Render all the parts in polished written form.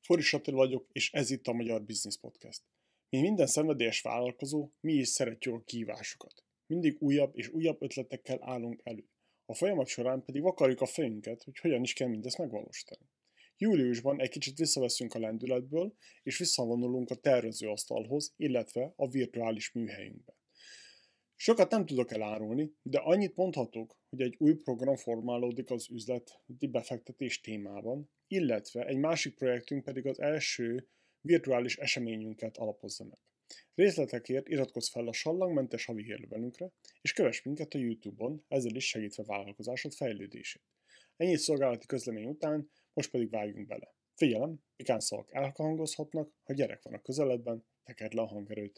Foris Attila vagyok, és ez itt a Magyar Business Podcast. Mi minden szenvedélyes vállalkozó, mi is szeretjük a kihívásokat. Mindig újabb és újabb ötletekkel állunk elő. A folyamat során pedig vakarjuk a fejünket, hogy hogyan is kell mindezt megvalósítani. Júliusban egy kicsit visszaveszünk a lendületből, és visszavonulunk a tervezőasztalhoz, illetve a virtuális műhelyünkbe. Sokat nem tudok elárulni, de annyit mondhatok, hogy egy új program formálódik az üzleti befektetés témában, illetve egy másik projektünk pedig az első virtuális eseményünket alapozza meg. Részletekért iratkozz fel a sallangmentes havi hírlevelünkre, és kövess minket a YouTube-on, ezzel is segítve vállalkozásod fejlődését. Ennyi szolgálati közlemény után, most pedig vágjunk bele. Figyelem, pikán szavak elhangozhatnak, ha gyerek van a közeledben, tekerd le a hangerőt.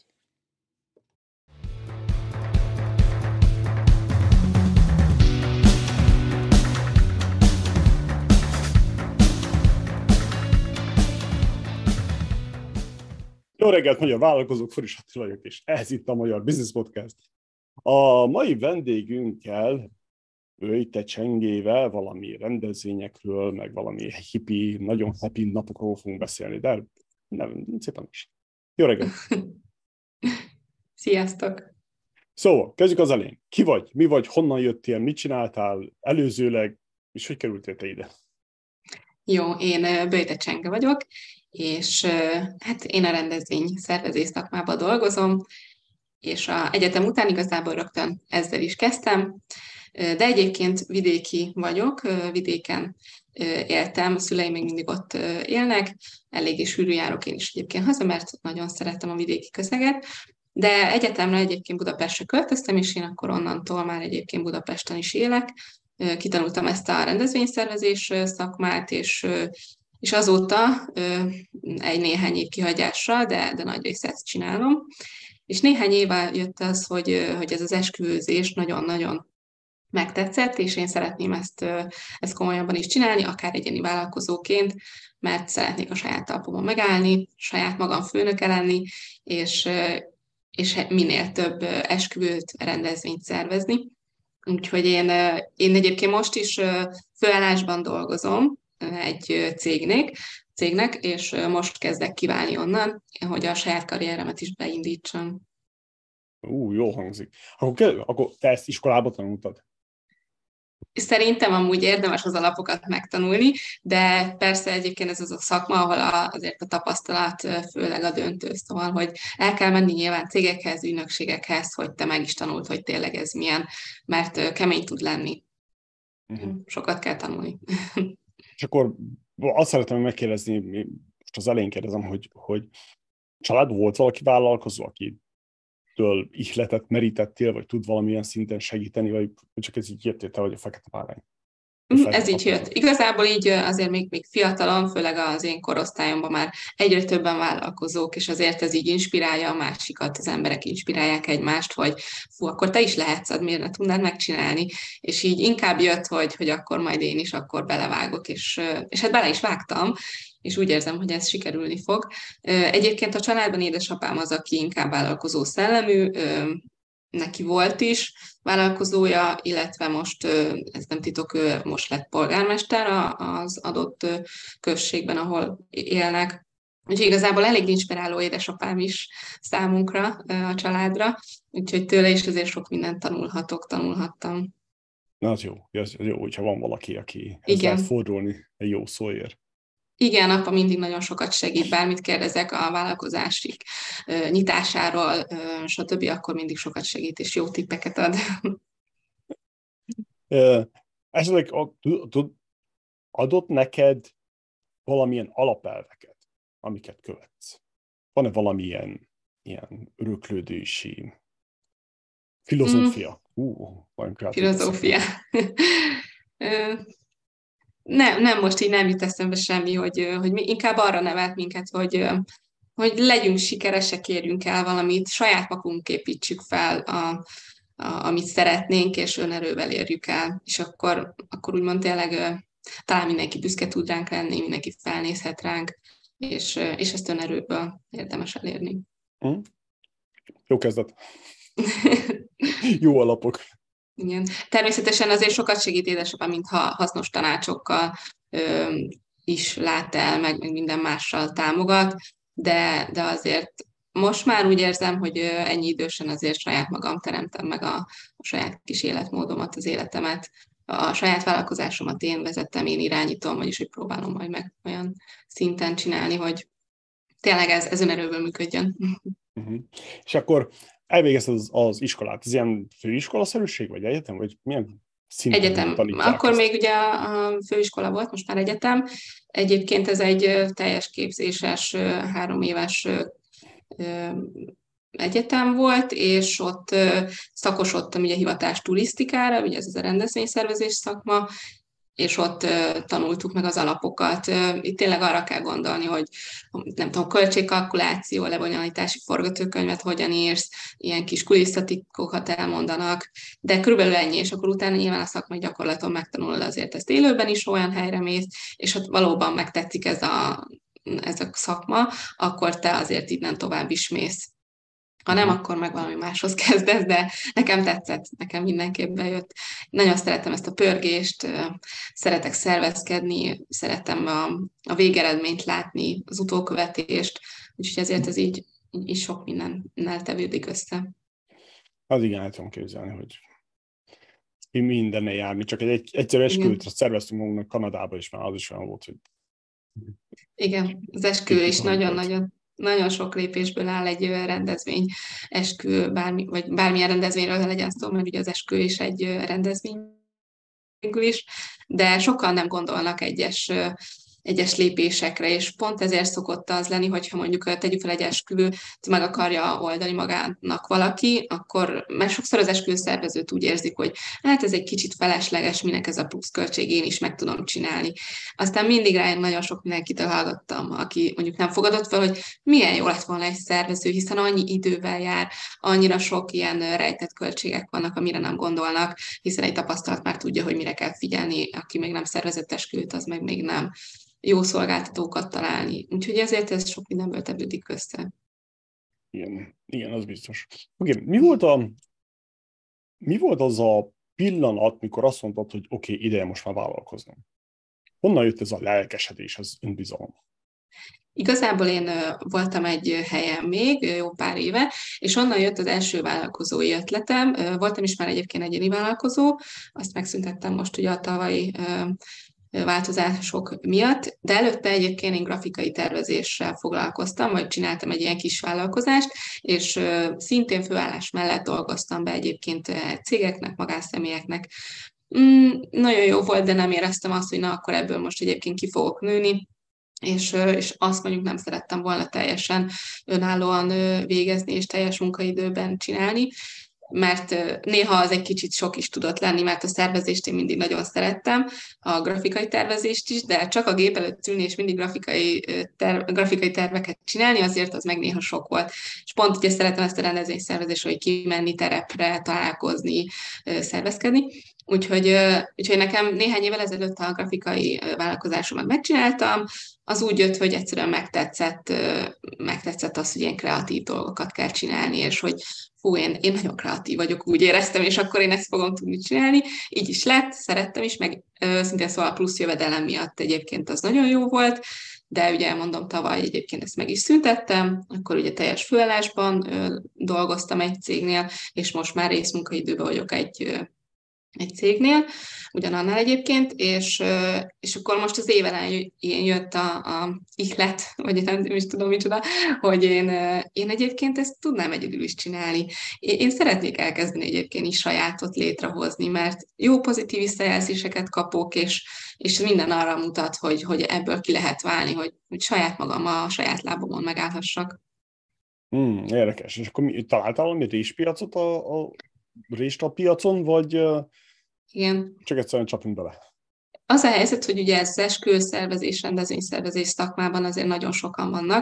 Jó reggelt, magyar vállalkozók, Foris Attila vagyok, és ez itt a Magyar Business Podcast. A mai vendégünkkel, Böjte Csengével valami rendezvényekről, meg valami hippi, nagyon happy napokról fogunk beszélni, de nem szépen is. Jó reggelt! Sziasztok! Szóval, kezdjük az elején. Ki vagy? Mi vagy? Honnan jöttél? Mit csináltál előzőleg? És hogy kerültél te ide? Jó, én Böjte Csenge vagyok, és hát én a rendezvény szervezés szakmában dolgozom, és az egyetem után igazából rögtön ezzel is kezdtem, de egyébként vidéki vagyok, vidéken éltem, a szüleim még mindig ott élnek, eléggé sűrű járok én is egyébként haza, mert nagyon szerettem a vidéki közeget, de egyetemre egyébként Budapestre költöztem, és én akkor onnantól már egyébként Budapesten is élek. Kitanultam ezt a rendezvényszervezés szakmát, és azóta egy néhány év kihagyással, de nagy része ezt csinálom. És néhány éve jött az, hogy ez az esküvőzés nagyon-nagyon megtetszett, és én szeretném ezt komolyabban is csinálni, akár egyéni vállalkozóként, mert szeretnék a saját talpomon megállni, saját magam főnöke lenni, és minél több esküvőt, rendezvényt szervezni. Úgyhogy én egyébként most is főállásban dolgozom egy cégnek, és most kezdek kiválni onnan, hogy a saját karrieremet is beindítsam. Jól hangzik. Akkor te ezt iskolában tanultad? Szerintem amúgy érdemes az alapokat megtanulni, de persze egyébként ez az a szakma, ahol azért a tapasztalat főleg a döntő, szóval, hogy el kell menni nyilván cégekhez, ügynökségekhez, hogy te meg is tanuld, hogy tényleg ez milyen, mert kemény tud lenni. Sokat kell tanulni. És akkor azt szeretném megkérdezni, most az elején kérdezem, hogy családban volt valaki vállalkozó, akitől ihletet merítettél, vagy tud valamilyen szinten segíteni, vagy csak ez így jöttél te, vagy a fekete bárány? Ez így jött. Igazából így azért még fiatalon, főleg az én korosztályomban már egyre többen vállalkozók, és azért ez így inspirálja a másikat, az emberek inspirálják egymást, hogy akkor te is lehetsz, miért ne tudnád megcsinálni, és így inkább jött, hogy akkor majd én is akkor belevágok, és hát bele is vágtam, és úgy érzem, hogy ez sikerülni fog. Egyébként a családban édesapám az, aki inkább vállalkozó szellemű, neki volt is vállalkozója, illetve most, ez nem titok, ő most lett polgármester az adott községben, ahol élnek. Úgyhogy igazából elég inspiráló édesapám is számunkra, a családra, úgyhogy tőle is azért sok mindent tanulhattam. Na, az jó, hogyha van valaki, aki lehet fordulni egy jó szóért. Igen, apa mindig nagyon sokat segít, bármit kérdezek a vállalkozási nyitásáról, stb., akkor mindig sokat segít, és jó tippeket ad. Esetleg adott neked valamilyen alapelveket, amiket követsz? Van-e valamilyen ilyen öröklődési filozófia? Filozófia. Nem, most így nem jut eszembe semmi, hogy mi inkább arra nevelt minket, hogy legyünk sikeresek, érjünk el valamit, saját magunk építsük fel, amit szeretnénk, és önerővel érjük el. És akkor úgymond tényleg talán mindenki büszke tud ránk lenni, mindenki felnézhet ránk, és ezt önerőből érdemes elérni. Jó kezdet. Jó alapok. Igen. Természetesen azért sokat segít édesapám, mintha hasznos tanácsokkal, is lát el, meg minden mással támogat, de azért most már úgy érzem, hogy ennyi idősen azért saját magam teremtem meg a saját kis életmódomat, az életemet, a saját vállalkozásomat én vezettem, én irányítom, vagyis hogy próbálom majd meg olyan szinten csinálni, hogy tényleg ez önerőből működjön. Uh-huh. És akkor elvégezted az iskolát, ez ilyen főiskolaszerűség, vagy egyetem, vagy milyen szinten Egyetem. tanítják Akkor ezt? még ugye a főiskola volt, most már egyetem. Egyébként ez egy teljes képzéses, 3 éves egyetem volt, és ott szakosodtam ugye hivatás turisztikára, ugye ez a rendezvényszervezés szakma, és ott tanultuk meg az alapokat. Itt tényleg arra kell gondolni, hogy nem tudom, költségkalkuláció, lebonyolítási forgatókönyvet hogyan írsz, ilyen kis kulisszatitkokat elmondanak, de körülbelül ennyi, és akkor utána nyilván a szakmai gyakorlaton megtanulod azért ezt élőben is, olyan helyre mész, és ott valóban megtetszik ez a szakma, akkor te azért innen tovább is mész. Ha nem, akkor meg valami máshoz kezdesz, de nekem tetszett, nekem mindenképp bejött. Nagyon szeretem ezt a pörgést, szeretek szervezkedni, szeretem a végeredményt látni, az utókövetést, úgyhogy ezért ez így sok mindennel tevődik össze. Az igen, el tudom képzelni, hogy mindenne járni, csak egy egyszerű esküvőt szerveztünk magunknak Kanadába, és már az is olyan volt, hogy... Igen, az esküvő is nagyon sok lépésből áll egy rendezvény, esküvő, vagy bármilyen rendezvényről legyen szó, mert ugye az esküvő is egy rendezvény végül is, de sokan nem gondolnak egyes lépésekre, és pont ezért szokott az lenni, hogyha mondjuk tegyük fel egy esküvőt, meg akarja oldani magának valaki, akkor, mert sokszor az esküvőszervezőt úgy érzik, hogy hát ez egy kicsit felesleges, minek ez a pluszköltség, én is meg tudom csinálni. Aztán mindig rájön, nagyon sok mindenkitől hallgattam, aki mondjuk nem fogadott fel, hogy milyen jó lett volna egy szervező, hiszen annyi idővel jár, annyira sok ilyen rejtett költségek vannak, amire nem gondolnak, hiszen egy tapasztalat már tudja, hogy mire kell figyelni, aki még nem szervezett esküvőt, az meg még nem jó szolgáltatókat találni. Úgyhogy ezért ez sok mindenből tevődik össze. Igen, az biztos. Oké, mi volt az a pillanat, mikor azt mondtad, hogy oké, ideje most már vállalkoznom? Honnan jött ez a lelkesedés, az önbizalom? Igazából én voltam egy helyen még jó pár éve, és onnan jött az első vállalkozói ötletem. Voltam is már egyébként egyéni vállalkozó, azt megszüntettem most ugye a tavalyi változások miatt, de előtte egyébként én grafikai tervezéssel foglalkoztam, vagy csináltam egy ilyen kis vállalkozást, és szintén főállás mellett dolgoztam be egyébként cégeknek, magánszemélyeknek. Nagyon jó volt, de nem éreztem azt, hogy na, akkor ebből most egyébként ki fogok nőni, és azt mondjuk nem szerettem volna teljesen önállóan végezni és teljes munkaidőben csinálni, mert néha az egy kicsit sok is tudott lenni, mert a szervezést én mindig nagyon szerettem, a grafikai tervezést is, de csak a gép előtt ülni és mindig grafikai terveket csinálni, azért az meg néha sok volt. És pont ugye szeretem ezt a rendezvényszervezést, hogy kimenni terepre, találkozni, szervezkedni. Úgyhogy nekem néhány évvel ezelőtt a grafikai vállalkozásomat megcsináltam, az úgy jött, hogy egyszerűen megtetszett az, hogy ilyen kreatív dolgokat kell csinálni, és hogy én nagyon kreatív vagyok, úgy éreztem, és akkor én ezt fogom tudni csinálni. Így is lett, szerettem is, meg szintén szóval a plusz jövedelem miatt egyébként az nagyon jó volt, de ugye elmondom, tavaly egyébként ezt meg is szüntettem, akkor ugye teljes főállásban dolgoztam egy cégnél, és most már részmunkaidőben vagyok egy cégnél, ugyanannál egyébként, és akkor most az év elején jött a ihlet, vagy nem is tudom micsoda, hogy én egyébként ezt tudnám egyedül is csinálni. Én szeretnék elkezdeni egyébként is sajátot létrehozni, mert jó pozitív visszajelzéseket kapok, és minden arra mutat, hogy ebből ki lehet válni, hogy saját magam a saját lábamon megállhassak. Érdekes. És akkor találtál valami réspiacot a piacon, vagy igen. Csak egyszerűen csapjunk bele? Az a helyzet, hogy ugye ez esküvőszervezés, rendezvényszervezés szakmában azért nagyon sokan vannak,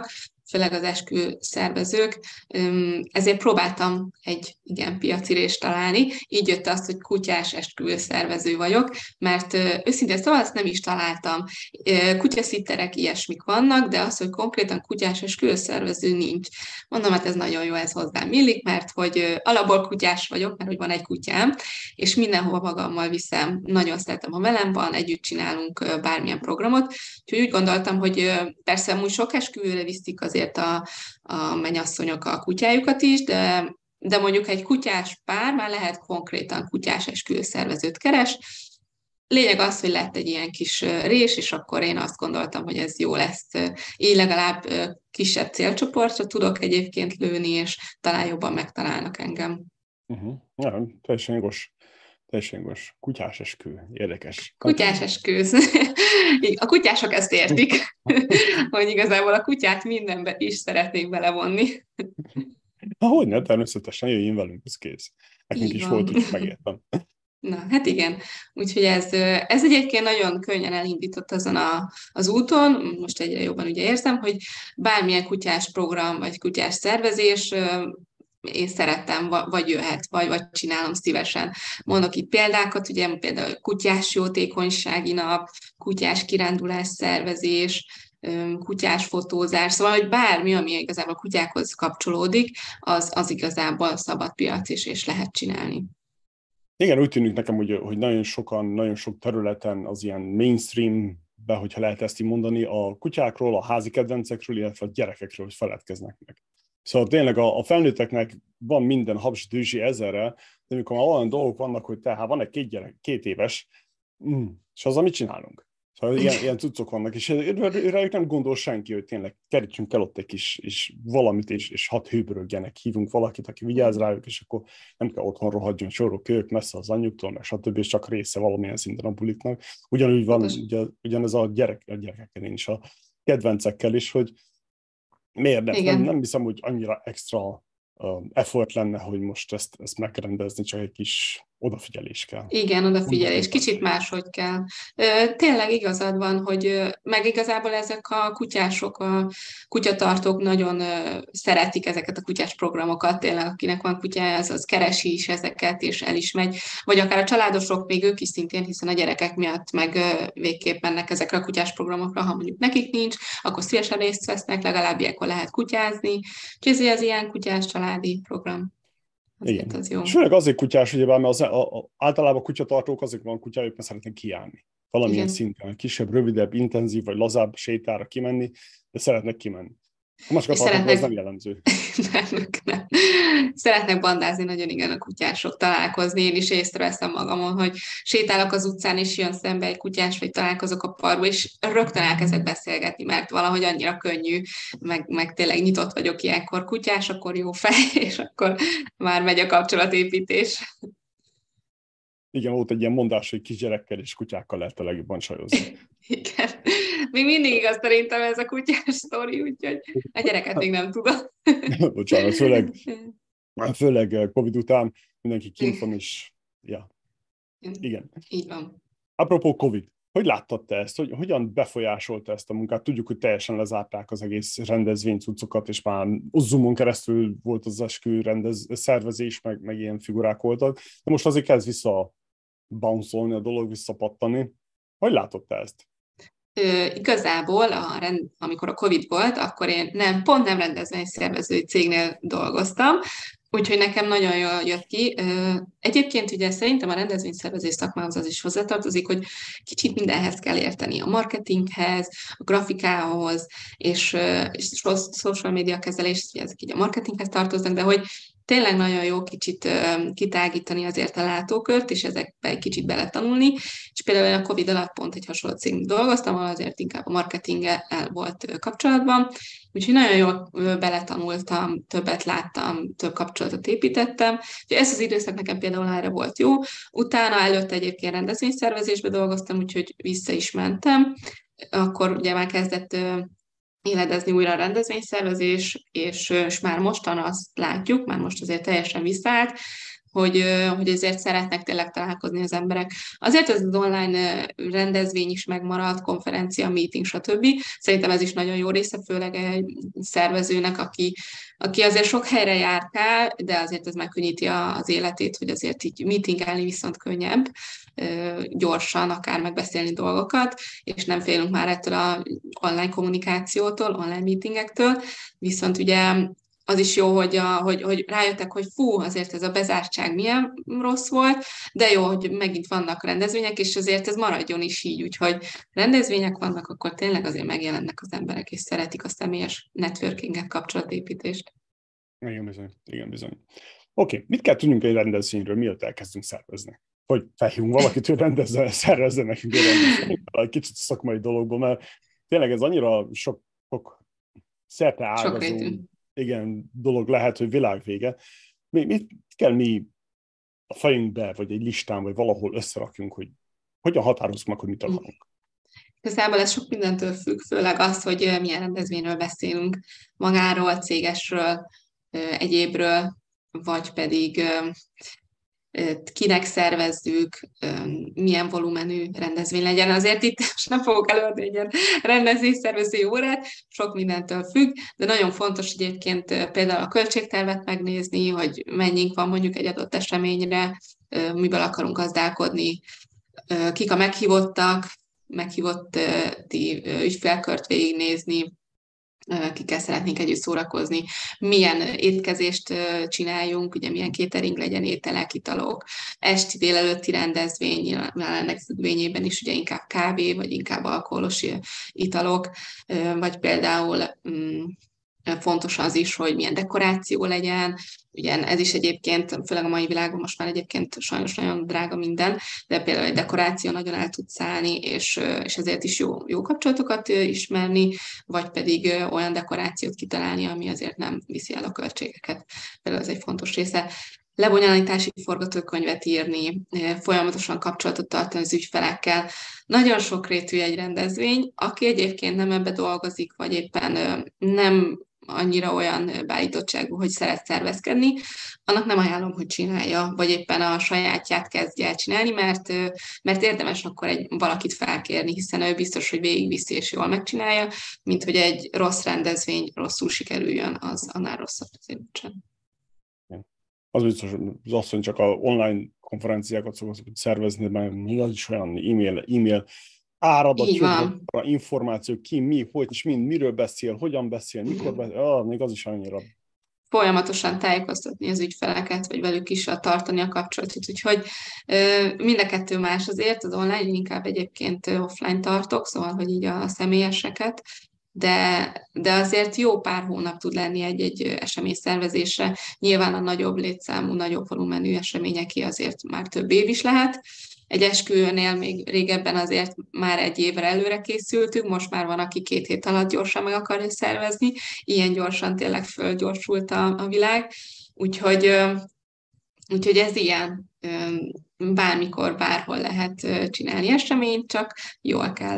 főleg az esküszervezők, ezért próbáltam egy igen piacirést találni. Így jött az, hogy kutyás esküvőszervező vagyok, mert őszintén szóval ezt nem is találtam. Kutyaszitterek, ilyesmik vannak, de az, hogy konkrétan kutyás esküvőszervező nincs. Mondom, hát ez nagyon jó, ez hozzám illik, mert hogy alapból kutyás vagyok, mert hogy van egy kutyám, és mindenhova magammal viszem. Nagyon szeretem, ha velem van, együtt csinálunk bármilyen programot. Úgyhogy úgy gondoltam, hogy persze amúgy sok esküvőre viszik azért a mennyasszonyok a kutyájukat is, de mondjuk egy kutyás pár már lehet konkrétan kutyás esküvőszervezőt keres. Lényeg az, hogy lett egy ilyen kis rés, és akkor én azt gondoltam, hogy ez jó lesz. Így legalább kisebb célcsoportra tudok egyébként lőni, és talán jobban megtalálnak engem. Ja, teljesen jogos. Teljesen jogos. Kutyás eskü. Érdekes. Kutyás esküsz. A kutyások ezt értik, hogy igazából a kutyát mindenbe is szeretnék belevonni. Hogyne, természetesen jöjjön velünk, ez kész. Nekünk Így is van. volt, úgyhogy megértem. Na, hát igen. Úgyhogy ez egyébként nagyon könnyen elindított azon az úton, most egyre jobban ugye érzem, hogy bármilyen kutyás program, vagy kutyás szervezés, én szerettem, vagy jöhet, vagy csinálom szívesen. Mondok itt példákat, ugye például kutyás jótékonysági nap, kutyás kirándulás szervezés, kutyás fotózás, szóval, hogy bármi, ami igazából kutyákhoz kapcsolódik, az igazából szabad piac is, és lehet csinálni. Igen, úgy tűnik nekem, hogy nagyon sokan, nagyon sok területen az ilyen mainstreambe, hogyha lehet ezt így mondani, a kutyákról, a házi kedvencekről, illetve a gyerekekről feledkeznek meg. Szóval tényleg a felnőtteknek van minden habs-dőzsi ezerre, de amikor már olyan dolgok vannak, hogy tehát van egy 2 gyerek, 2 éves, és azzal mit csinálunk? Szóval ilyen cuccok vannak, és rájuk nem gondol senki, hogy tényleg kerítsünk el ott egy kis valamit, és hadd hőbörögjenek, hívunk valakit, aki vigyáz rájuk, és akkor nem kell otthon rohadjon sorok, ők messze az anyjuktól, meg stb., és csak része valamilyen szinten a buliknak. Ugyanúgy van ugyanez a gyerekekkel is, a kedvencekkel is, hogy miért nem hiszem, hogy annyira extra effort lenne, hogy most ezt megrendezni, csak egy kis odafigyelés kell. Igen, odafigyelés. Kicsit máshogy kell. Tényleg igazad van, hogy meg igazából ezek a kutyások, a kutyatartók nagyon szeretik ezeket a kutyás programokat, tényleg akinek van kutyája, az keresi is ezeket, és el is megy. Vagy akár a családosok, még ők is szintén, hiszen a gyerekek miatt meg végképp mennek ezekre a kutyás programokra, ha mondjuk nekik nincs, akkor szívesen részt vesznek, legalább ilyenkor lehet kutyázni. Úgyhogy ez ilyen kutyás családi program. Igen. Az jó. És főleg azért kutyás, ugyebár, mert általában kutyatartók azért van kutyájuk, mert szeretnek kijárni. Valamilyen szinten, kisebb, rövidebb, intenzív vagy lazább sétára kimenni, de szeretnek kimenni. A macskatartók ez nem jellemző. Nem. Szeretnek bandázni, nagyon igen a kutyások, találkozni. Én is észreveszem magamon, hogy sétálok az utcán, és jön szembe egy kutyás, vagy találkozok a parkba, és rögtön elkezdek beszélgetni, mert valahogy annyira könnyű, meg tényleg nyitott vagyok ilyenkor. Kutyás, akkor jó fej, és akkor már megy a kapcsolatépítés. Igen, volt egy ilyen mondás, hogy kisgyerekkel és kutyákkal lehet a legjobban sajozni. Igen. Még mindig igaz szerintem ez a kutyás sztori, úgyhogy a gyereket még nem tudom. Bocsánat, főleg Covid után mindenki kint van, és ja. Igen. Így van. Apropó Covid, hogy láttad te ezt? Hogyan befolyásolta ezt a munkát? Tudjuk, hogy teljesen lezárták az egész rendezvénycuccokat, és már Zoomon keresztül volt az eskü szervezés, meg ilyen figurák voltak. De most azért kezd bounce-olni a dolog, visszapattani. Hogy látod te ezt? Igazából, amikor a Covid volt, akkor én pont nem rendezvényszervezői cégnél dolgoztam, úgyhogy nekem nagyon jól jött ki. Egyébként ugye szerintem a rendezvényszervezés szakmához az is hozzátartozik, hogy kicsit mindenhez kell érteni, a marketinghez, a grafikához, és social media kezelés, ezek így a marketinghez tartoznak, de hogy tényleg nagyon jó kicsit kitágítani azért a látókört, és ezekbe egy kicsit beletanulni. És például a Covid alatt pont egy hasonló cégnél dolgoztam, azért inkább a marketinggel volt kapcsolatban. Úgyhogy nagyon jól beletanultam, többet láttam, több kapcsolatot építettem. Úgyhogy ez az időszak nekem például erre volt jó. Utána előtte egyébként rendezvényszervezésbe dolgoztam, úgyhogy vissza is mentem. Akkor ugye már kezdett éledezni újra a rendezvényszervezés, és már mostan azt látjuk, már most azért teljesen visszaállt, hogy ezért szeretnek tényleg találkozni az emberek. Azért ez az online rendezvény is megmaradt, konferencia, meeting, stb. Szerintem ez is nagyon jó része, főleg egy szervezőnek, aki azért sok helyre járkál, de azért ez megkönnyíti az életét, hogy azért így meetingelni viszont könnyebb, gyorsan akár megbeszélni dolgokat, és nem félünk már ettől az online kommunikációtól, online meetingektől, viszont ugye az is jó, hogy rájöttek, hogy fú, azért ez a bezártság milyen rossz volt, de jó, hogy megint vannak rendezvények, és azért ez maradjon is így, úgyhogy rendezvények vannak, akkor tényleg azért megjelennek az emberek, és szeretik a személyes networkinget, kapcsolatépítést. Igen, bizony. Igen, bizony. Oké, mit kell tudnunk egy rendezvényről, mielőtt elkezdünk szervezni? Hogy felhívunk valakit, hogy szervezze nekünk egy rendezvényt. Egy kicsit szakmai dologból, mert tényleg ez annyira sok szerte ágazó igen, dolog lehet, hogy világvége. Mit kell mi a fejünkbe, vagy egy listán, vagy valahol összerakjunk, hogy hogyan határozzuk meg, hogy mit akarunk? Igazából ez sok mindentől függ, főleg az, hogy milyen rendezvényről beszélünk, magáról, cégesről, egyébről, vagy pedig kinek szervezzük, milyen volumenű rendezvény legyen. Azért itt most nem fogok előadni egy ilyen rendezvényszervező órát, sok mindentől függ, de nagyon fontos egyébként például a költségtervet megnézni, hogy mennyink van mondjuk egy adott eseményre, miből akarunk gazdálkodni, kik a meghívotti ügyfélkört végignézni, kikkel szeretnénk együtt szórakozni, milyen étkezést csináljunk, ugye milyen catering legyen, ételek, italok, esti délelőtti rendezvény, ennek függvényében is ugye inkább kávé, vagy inkább alkoholos italok, vagy például fontos az is, hogy milyen dekoráció legyen, ugye ez is egyébként, főleg a mai világban most már egyébként sajnos nagyon drága minden, de például egy dekoráció nagyon el tud szállni, és ezért is jó kapcsolatokat ismerni, vagy pedig olyan dekorációt kitalálni, ami azért nem viszi el a költségeket. Például ez egy fontos része. Lebonyolítási forgatókönyvet írni, folyamatosan kapcsolatot tartani az ügyfelekkel. Nagyon sokrétű egy rendezvény, aki egyébként nem ebbe dolgozik, vagy éppen nem annyira olyan beállítottságú, hogy szeret szervezkedni, annak nem ajánlom, hogy csinálja, vagy éppen a sajátját kezdje el csinálni, mert érdemes akkor valakit felkérni, hiszen ő biztos, hogy végigviszi és jól megcsinálja, mint hogy egy rossz rendezvény rosszul sikerüljön, az annál rosszabb azért sem. Az biztos, az asszony csak a online konferenciákat szokott szervezni, mert még az is olyan e-mail áradat, információ, ki, mi, hogy és miről beszél, hogyan beszél, mikor beszél, még az is annyira. Folyamatosan tájékoztatni az ügyfeleket, vagy velük is tartani a kapcsolatot. Úgyhogy mind a kettő más azért, az online inkább egyébként offline tartok, szóval, hogy így a személyeseket, de azért jó pár hónap tud lenni egy esemény szervezésre. Nyilván a nagyobb létszámú, nagyobb volumenű eseményeké azért már több év is lehet. Egy esküvőnél még régebben azért már egy évre előre készültünk, most már van, aki 2 hét alatt gyorsan meg akarja szervezni, ilyen gyorsan tényleg fölgyorsult a világ, úgyhogy ez ilyen, bármikor, bárhol lehet csinálni eseményt, csak jól kell.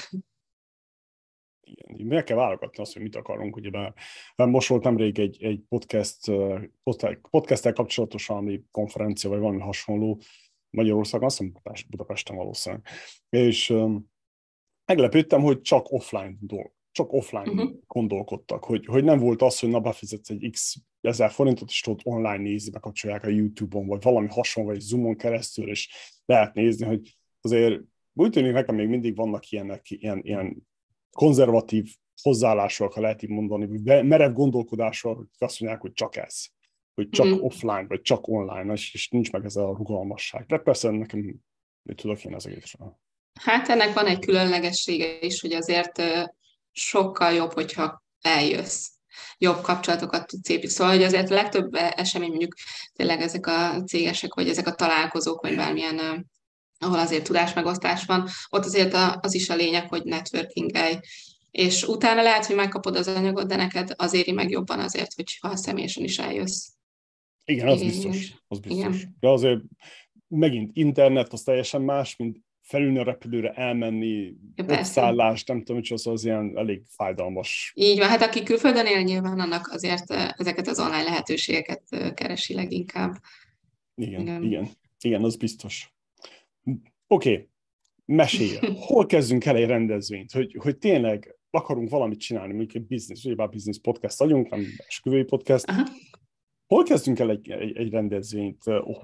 Igen, meg kell válogatni azt, hogy mit akarunk. Ugye most volt nemrég egy podcasttel kapcsolatosan, ami konferencia, vagy valami hasonló Magyarországon, azt hiszem Budapesten valószínűleg. És meglepődtem, hogy csak offline gondolkodtak, hogy nem volt az, hogy befizetsz egy x ezer forintot, és tudod online nézni, bekapcsolják a YouTube-on, vagy valami hasonló, vagy Zoom-on keresztül, és lehet nézni, hogy azért úgy tűnik nekem még mindig vannak ilyen konzervatív hozzáállások, ha lehet így mondani, vagy merev gondolkodások, hogy azt mondják, hogy csak ez, hogy csak offline, vagy csak online, és nincs meg ez a rugalmasság. De persze nekem tudok én az egészről. Hát ennek van egy különlegessége is, hogy azért sokkal jobb, hogyha eljössz. Jobb kapcsolatokat tudsz építeni. Szóval, hogy azért a legtöbb esemény, mondjuk tényleg ezek a cégesek, vagy ezek a találkozók, vagy bármilyen, ahol azért tudásmegosztás van, ott azért az is a lényeg, hogy networkingelj. És utána lehet, hogy megkapod az anyagot, de neked az éri meg jobban azért, hogyha személyesen is eljössz. Igen, az biztos. Igen. De azért megint internet az teljesen más, mint felülni a repülőre, elmenni, ott szállás, nem tudom, hogy az ilyen elég fájdalmas. Így van, hát aki külföldön él, nyilván annak azért ezeket az online lehetőségeket keresi leginkább. Igen. Igen, az biztos. Oké, mesélj, hol kezdünk el egy rendezvényt, hogy tényleg akarunk valamit csinálni, mondjuk egy business, ugyebár business podcast vagyunk, nem esküvői podcast. Aha. Hol kezdünk el egy rendezvényt?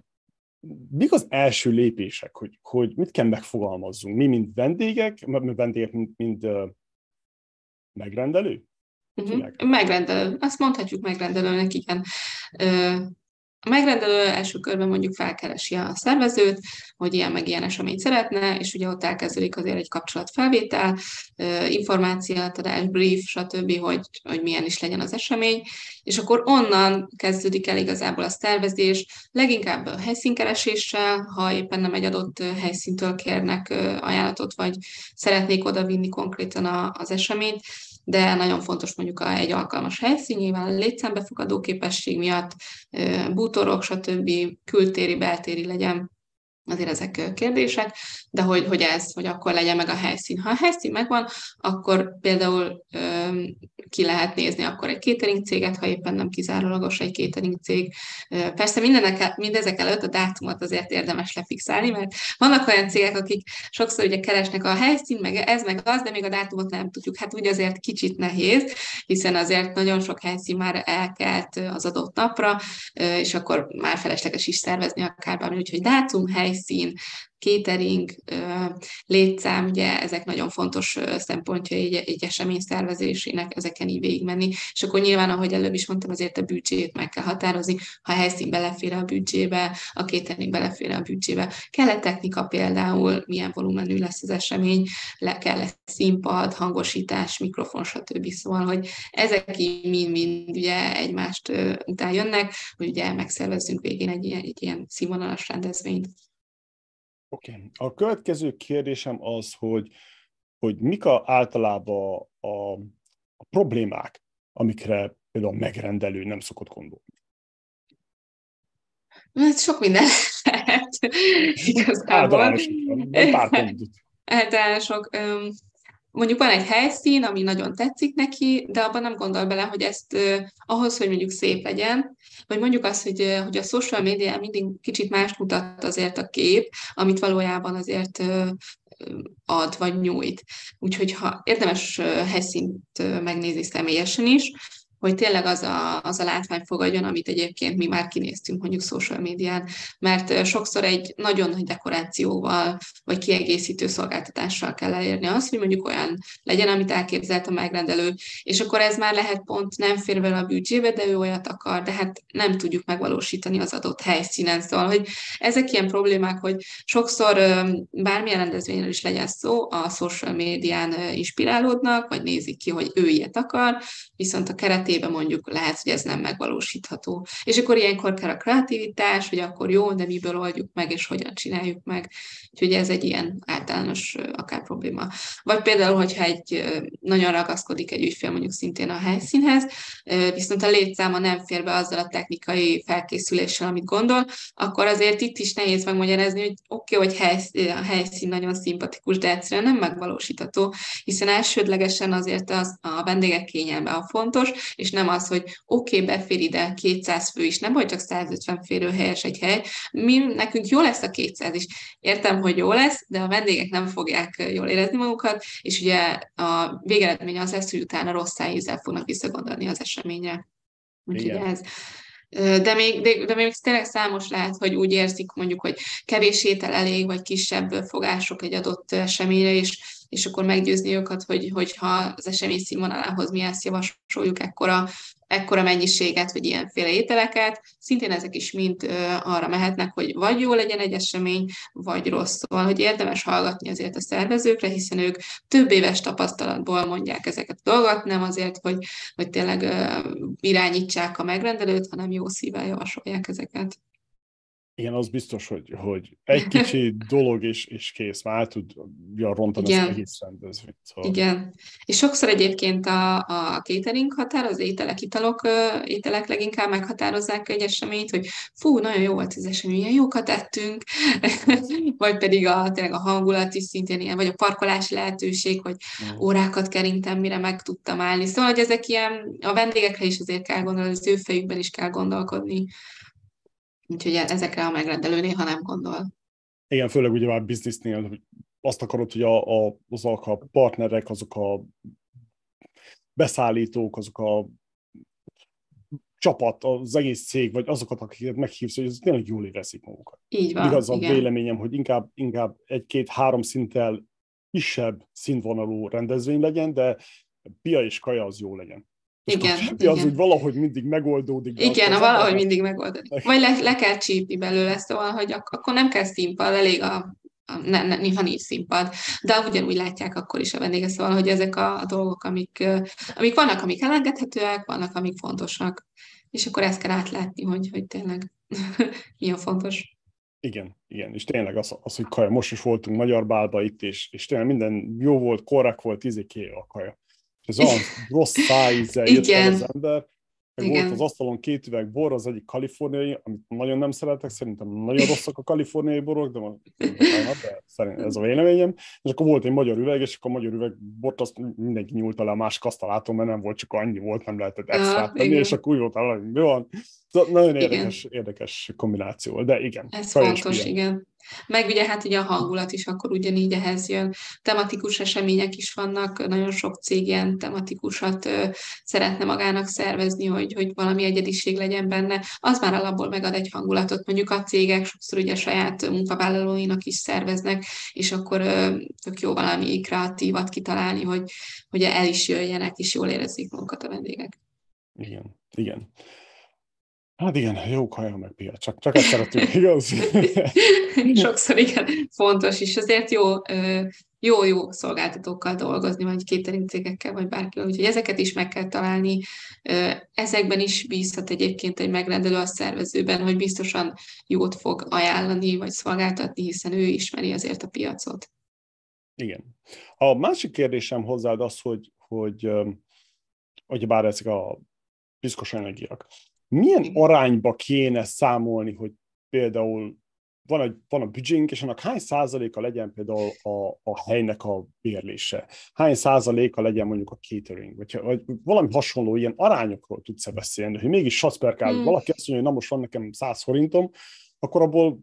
Mik az első lépések, hogy mit kell megfogalmazzunk? Mi, mint vendégek, mint megrendelő? Megrendelő. Azt mondhatjuk megrendelőnek, igen. A megrendelő első körben mondjuk felkeresi a szervezőt, hogy ilyen meg ilyen eseményt szeretne, és ugye ott elkezdődik azért egy kapcsolatfelvétel, információátadás, brief, stb., hogy milyen is legyen az esemény, és akkor onnan kezdődik el igazából a szervezés, leginkább a helyszínkereséssel, ha éppen nem egy adott helyszíntől kérnek ajánlatot, vagy szeretnék odavinni konkrétan az eseményt, de nagyon fontos mondjuk egy alkalmas helyszín, nyilván a létszámbefogadó képesség miatt, bútorok, stb. Kültéri, beltéri legyen, azért ezek kérdések, de hogy akkor legyen meg a helyszín. Ha a helyszín megvan, akkor például ki lehet nézni akkor egy catering céget, ha éppen nem kizárólagos egy catering cég. Persze mindezek előtt a dátumot azért érdemes lefixálni, mert vannak olyan cégek, akik sokszor ugye keresnek a helyszín, meg ez, meg az, de még a dátumot nem tudjuk. Hát úgy azért kicsit nehéz, hiszen azért nagyon sok helyszín már elkelt az adott napra, és akkor már felesleges is szervezni akár bármi, úgyhogy dátum, helyszín, catering, létszám, ugye ezek nagyon fontos szempontjai egy esemény szervezésének, ezeken így végigmenni, és akkor nyilván, ahogy előbb is mondtam, azért a büdzsét meg kell határozni, ha a helyszín belefér a büdzsébe, a catering belefér a büdzsébe, kell-e technika például, milyen volumenű lesz az esemény, kell-e színpad, hangosítás, mikrofon, stb. Szóval, hogy ezek így mind ugye egymást után jönnek, hogy ugye megszervezzünk végén egy ilyen színvonalas rendezvényt. Oké. A következő kérdésem az, hogy mik általában a problémák, amikre például a megrendelő nem szokott gondolni. Hát sok minden lehet igazából. Általánosítva, nem pár pontot. Általánosok. Mondjuk van egy helyszín, ami nagyon tetszik neki, de abban nem gondol bele, hogy ezt ahhoz, hogy mondjuk szép legyen, vagy mondjuk azt, hogy a social media mindig kicsit mást mutat azért a kép, amit valójában azért ad vagy nyújt. Úgyhogy ha érdemes helyszínt megnézni személyesen is, hogy tényleg az a látvány fogadjon, amit egyébként mi már kinéztünk mondjuk social médián, mert sokszor egy nagyon nagy dekorációval, vagy kiegészítő szolgáltatással kell elérni azt, hogy mondjuk olyan legyen, amit elképzelt a megrendelő, és akkor ez már lehet pont nem fér bele a büdzsébe, de ő olyat akar, de hát nem tudjuk megvalósítani az adott helyszínen. Szóval, hogy ezek ilyen problémák, hogy sokszor bármilyen rendezvényről is legyen szó, a social médián inspirálódnak, vagy nézik ki, hogy ő ilyet akar, viszont a keretében mondjuk lehet, hogy ez nem megvalósítható. És akkor ilyenkor kell a kreativitás, hogy akkor jó, de miből oldjuk meg, és hogyan csináljuk meg. Úgyhogy ez egy ilyen általános akár probléma. Vagy például, hogyha nagyon ragaszkodik egy ügyfél mondjuk szintén a helyszínhez, viszont a létszáma nem fér be azzal a technikai felkészüléssel, amit gondol, akkor azért itt is nehéz megmagyarázni, hogy oké, hogy a helyszín nagyon szimpatikus, de egyszerűen nem megvalósítható, hiszen elsődlegesen azért a vendégek kényelme a fontos, és nem az, hogy oké, befér ide 200 fő is, nem vagy csak 150 férőhelyes egy hely, nekünk jó lesz a 200 is. Értem, hogy jó lesz, de a vendégek nem fogják jól érezni magukat, és ugye a végeredmény az lesz, hogy utána rossz ízzel fognak visszagondolni az eseményre. Úgyhogy ez. De még tényleg számos lehet, hogy úgy érzik mondjuk, hogy kevés étel elég, vagy kisebb fogások egy adott eseményre, és akkor meggyőzni őket, hogy ha az esemény színvonalához mi ezt javasoljuk, ekkora mennyiséget, vagy ilyenféle ételeket, szintén ezek is mind arra mehetnek, hogy vagy jó legyen egy esemény, vagy rossz. Szóval, hogy érdemes hallgatni azért a szervezőkre, hiszen ők több éves tapasztalatból mondják ezeket a dolgot, nem azért, hogy tényleg irányítsák a megrendelőt, hanem jó szívvel javasolják ezeket. Igen, az biztos, hogy egy kicsi dolog és kész, már tudja rontani az egész rendezvényt. Szóval. Igen. És sokszor egyébként a catering határ, az ételek leginkább meghatározzák egy eseményt, hogy fú, nagyon jó volt az esemény, ilyen jókat ettünk, vagy pedig tényleg a hangulat is szintén ilyen, vagy a parkolási lehetőség, hogy órákat kerintem, mire meg tudtam állni. Szóval, hogy ezek ilyen, a vendégekre is azért kell gondolni, az ő fejükben is kell gondolkodni. Úgyhogy ezekre a megrendelő néha nem gondol. Igen, főleg ugye már biznisznél, hogy azt akarod, hogy azok a partnerek, azok a beszállítók, azok a csapat, az egész cég, vagy azokat, akiket meghívsz, hogy ez tényleg jól érezzik magukat. Így Pedig van, az a igen. véleményem, hogy inkább egy-két-három szinttel kisebb színvonalú rendezvény legyen, de pia és kaja az jó legyen. És akkor a Igen, többi az úgy igen. valahogy mindig megoldódik, de akkor Igen, az valahogy embernek... mindig megoldani. Vagy le kell csípni belőle, szóval, hogy akkor nem kell színpad, elég néha nincs színpad, de ugyanúgy látják akkor is a vendégek, szóval, hogy ezek a dolgok, amik vannak, amik elengedhetőek, vannak, amik fontosak. És akkor ezt kell átlátni, hogy tényleg mi a fontos. Igen, igen, és tényleg az, hogy kaja, most is voltunk Magyar Bálba itt, és tényleg minden jó volt, korrekt volt, a kaja. És ez olyan rossz szájízzel jött fel az Igen, ember, meg volt az igen. asztalon 2 üveg bor, az egyik kaliforniai, amit nagyon nem szeretek, szerintem nagyon rosszak a kaliforniai borok, de bocsánat, de szerintem ez a véleményem. És akkor volt egy magyar üveg, és akkor a magyar üveg bort azt mindenki nyúlta le a másik asztaláton, mert nem volt, csak annyi volt, nem lehetett extrát tenni, és Igen, akkor úgy volt, hogy mi van. Szóval nagyon igen. érdekes kombináció, de igen, Ez kaja és fontos, pia. igen. Meg ugye hát ugye a hangulat is akkor ugyanígy ehhez jön. Tematikus események is vannak, nagyon sok cég ilyen tematikusat szeretne magának szervezni, hogy valami egyediség legyen benne. Az már alapból megad egy hangulatot. Mondjuk a cégek sokszor ugye a saját munkavállalóinak is szerveznek, és akkor tök jó valami kreatívat kitalálni, hogy el is jöjjenek, és jól érezzék magukat a vendégek. Igen, igen. Hát igen, jó kaja meg pia, csak ezt szeretünk, igaz? Sokszor igen, fontos, és azért jó szolgáltatókkal dolgozni, vagy catering cégekkel, vagy bárkivel, úgyhogy ezeket is meg kell találni. Ezekben is bízhat egyébként egy megrendelő a szervezőben, hogy biztosan jót fog ajánlani, vagy szolgáltatni, hiszen ő ismeri azért a piacot. Igen. A másik kérdésem hozzád az, hogy bár ezek a piszkos energiák, milyen Igen. arányba kéne számolni, hogy például van a büdzsénk, és annak hány százaléka legyen például a helynek a bérlése? Hány százaléka legyen mondjuk a catering? Vagy valami hasonló ilyen arányokról tudsz-e beszélni, hogy mégis satszperkál, Hmm. valaki azt mondja, hogy na most van nekem 100 forintom, akkor abból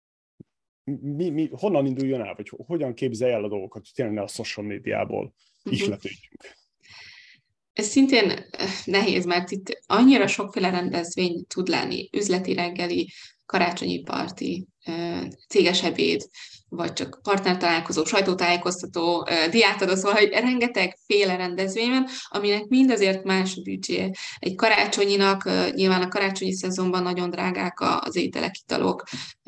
honnan induljon el, vagy hogyan képzelj el a dolgokat, hogy tényleg ne a social médiából Mhm. ihletődjünk. Ez szintén nehéz, mert itt annyira sokféle rendezvény tud lenni, üzleti reggeli, karácsonyi parti, céges ebéd, vagy csak partnertalálkozó, sajtótájékoztató, diátadó, szóval, hogy rengeteg féle rendezvény van, aminek mind azért más a büdzsé. Egy karácsonyinak, nyilván a karácsonyi szezonban nagyon drágák az ételek, italok,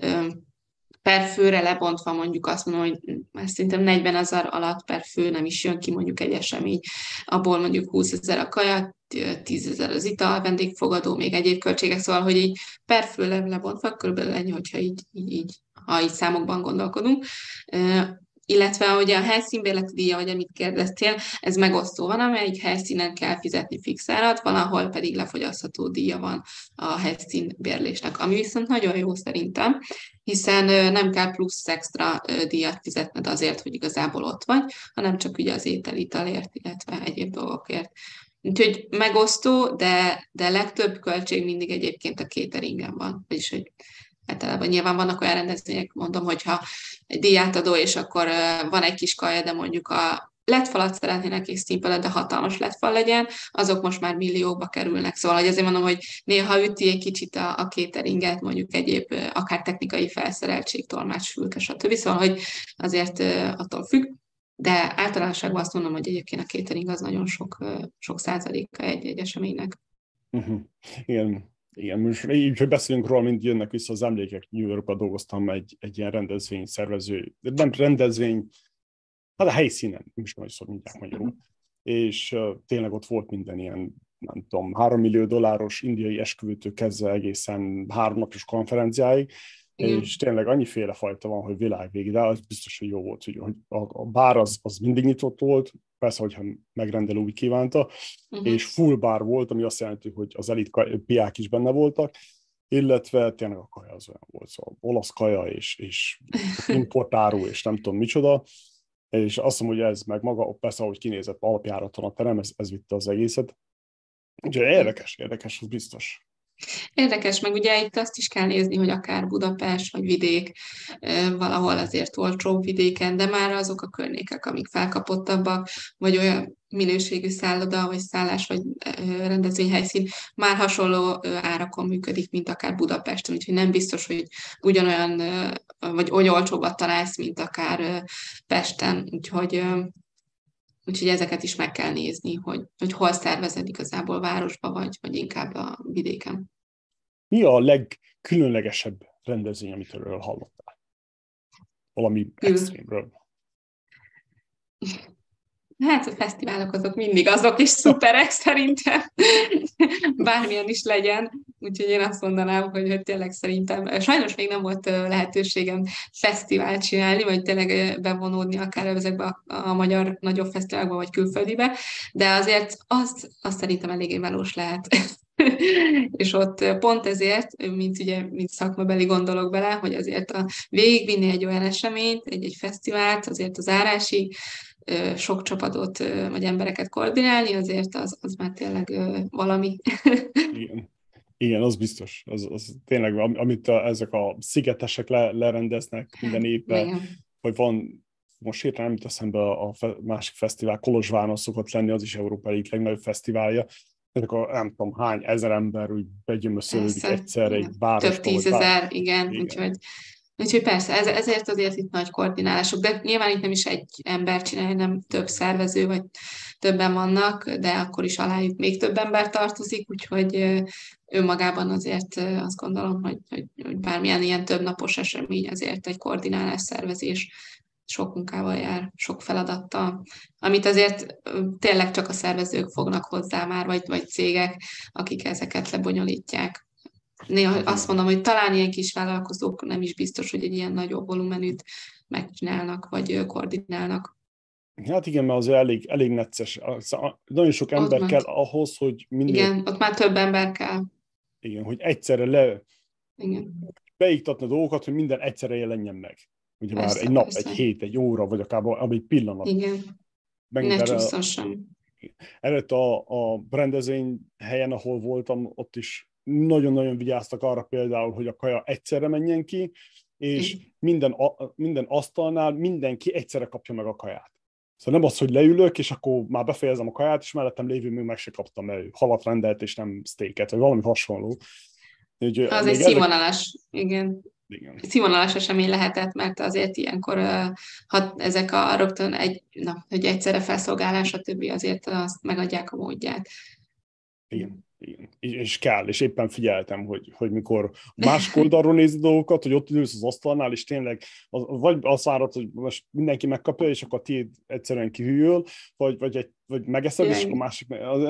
per főre lebontva mondjuk azt mondom, hogy már szerintem 40 000 alatt per fő nem is jön ki mondjuk egy esemény. Abból mondjuk 20 000 a kaja, 10 000 az ital, vendégfogadó, még egyéb költségek, szóval, hogy így per fő lebontva, körülbelül ennyi, hogyha ha így számokban gondolkodunk. Illetve ugye a helyszínbérleti díja, vagy amit kérdeztél, ez megosztó van, amelyik helyszínen kell fizetni fix árat, valahol pedig lefogyasztható díja van a helyszínbérlésnek, ami viszont nagyon jó szerintem, hiszen nem kell plusz extra díjat fizetned azért, hogy igazából ott vagy, hanem csak ugye az étel-italért, illetve egyéb dolgokért. Úgyhogy megosztó, de legtöbb költség mindig egyébként a cateringen van, vagyis hogy általában nyilván vannak olyan rendezvények, mondom, hogyha egy díjátadó, és akkor van egy kis kaja, de mondjuk a LED-falat szeretnének és színpadat, de hatalmas LED-fal legyen, azok most már milliókba kerülnek. Szóval hogy azért mondom, hogy néha üti egy kicsit a cateringet, mondjuk egyéb akár technikai felszereltség, tolmács, fülke, stb. Szóval, hogy azért attól függ. De általánosságban azt mondom, hogy egyébként a catering az nagyon sok százaléka egy eseménynek. Uh-huh. Igen, igen, most így, hogy beszélünk róla, mind jönnek vissza az emlékek. New Yorkban dolgoztam egy ilyen rendezvény szervező, nem rendezvény, hát a helyszínen, nem is tudom, hogy szóval mondják magyarul. És tényleg ott volt minden ilyen, nem tudom, 3 millió dolláros indiai esküvőtől kezdve egészen 3 napos konferenciáig, Igen. és tényleg annyiféle fajta van, hogy világvégig, de az biztos, hogy jó volt, hogy a bár az mindig nyitott volt, persze, hogyha megrendelő úgy kívánta, Uh-huh. és full bar volt, ami azt jelenti, hogy az elit piák is benne voltak, illetve tényleg a kaja az olyan volt, szóval olasz kaja és importáru, és nem tudom micsoda, és azt hiszem, hogy ez meg maga, persze, ahogy kinézett alapjáraton a terem, ez vitte az egészet. Úgyhogy érdekes, az biztos. Érdekes, meg ugye itt azt is kell nézni, hogy akár Budapest vagy vidék, valahol azért olcsóbb vidéken, de már azok a környékek, amik felkapottabbak, vagy olyan minőségű szálloda, vagy szállás, vagy rendezvényhelyszín már hasonló árakon működik, mint akár Budapesten, úgyhogy nem biztos, hogy ugyanolyan, vagy olyan olcsóbbat találsz, mint akár Pesten, úgyhogy ezeket is meg kell nézni, hogy hol szervezed igazából városba, vagy inkább a vidéken. Mi a legkülönlegesebb rendezvény, amit erről hallottál? Valami extrémről. Hát a fesztiválok azok mindig azok is szuperek szerintem, bármilyen is legyen. Úgyhogy én azt mondanám, hogy tényleg szerintem, sajnos még nem volt lehetőségem fesztivált csinálni, vagy tényleg bevonódni akár ezekbe a magyar nagyobb fesztiválokba, vagy külföldibe, de azért azt szerintem eléggé valós lehet. És ott pont ezért, mint szakmabeli gondolok bele, hogy azért végigvinni egy olyan eseményt, egy fesztivált, azért az zárásig, sok csapatot vagy embereket koordinálni, azért az már tényleg valami. Igen, az biztos. Az tényleg, amit ezek a szigetesek lerendeznek minden évben, vagy van, most hirtelen nem jut eszembe a másik fesztivál, Kolozsváron szokott lenni, az is Európa egyik legnagyobb fesztiválja. Ezek a nem tudom hány ezer ember úgy begyömöszölődik egyszerre egy városba. Több tízezer, igen. Úgyhogy persze, ezért azért itt nagy koordinálások, de nyilván itt nem is egy ember csinálja, nem több szervező, vagy többen vannak, de akkor is alájuk még több ember tartozik, úgyhogy önmagában azért azt gondolom, hogy bármilyen ilyen többnapos esemény azért egy koordinálás, szervezés sok munkával jár, sok feladattal, amit azért tényleg csak a szervezők fognak hozzá már, vagy cégek, akik ezeket lebonyolítják. Néha azt mondom, hogy talán ilyen kis vállalkozók nem is biztos, hogy egy ilyen nagyobb volumenűt megcsinálnak, vagy koordinálnak. Hát igen, mert azért elég necces. Nagyon sok ember kell ahhoz, hogy minél... Igen, ott már több ember kell. Igen, hogy egyszerre beiktatni a dolgokat, hogy minden egyszerre jelenjen meg. Ugye persze, már egy nap, persze. Egy hét, egy óra, vagy akár egy pillanat. Igen, ne csúszson sem. Előtt a rendezvény helyen, ahol voltam, ott is nagyon-nagyon vigyáztak arra például, hogy a kaja egyszerre menjen ki, és minden asztalnál mindenki egyszerre kapja meg a kaját. Szóval nem az, hogy leülök, és akkor már befejezem a kaját, és mellettem lévő még meg se kaptam, mert halat rendelt, és nem steaket, vagy valami hasonló. Úgy, az egy színvonalas, igen. Színvonalas esemény lehetett, mert azért ilyenkor, ha ezek a rögtön hogy egyszerre felszolgálás, stb. Azért azt megadják a módját. Igen. És kell, és éppen figyeltem, hogy mikor másik oldalról nézi dolgokat, hogy ott ülsz az asztalnál, és tényleg vagy azt várod, hogy most mindenki megkapja, és akkor tiéd egyszerűen kihűl, vagy megeszed, és akkor másik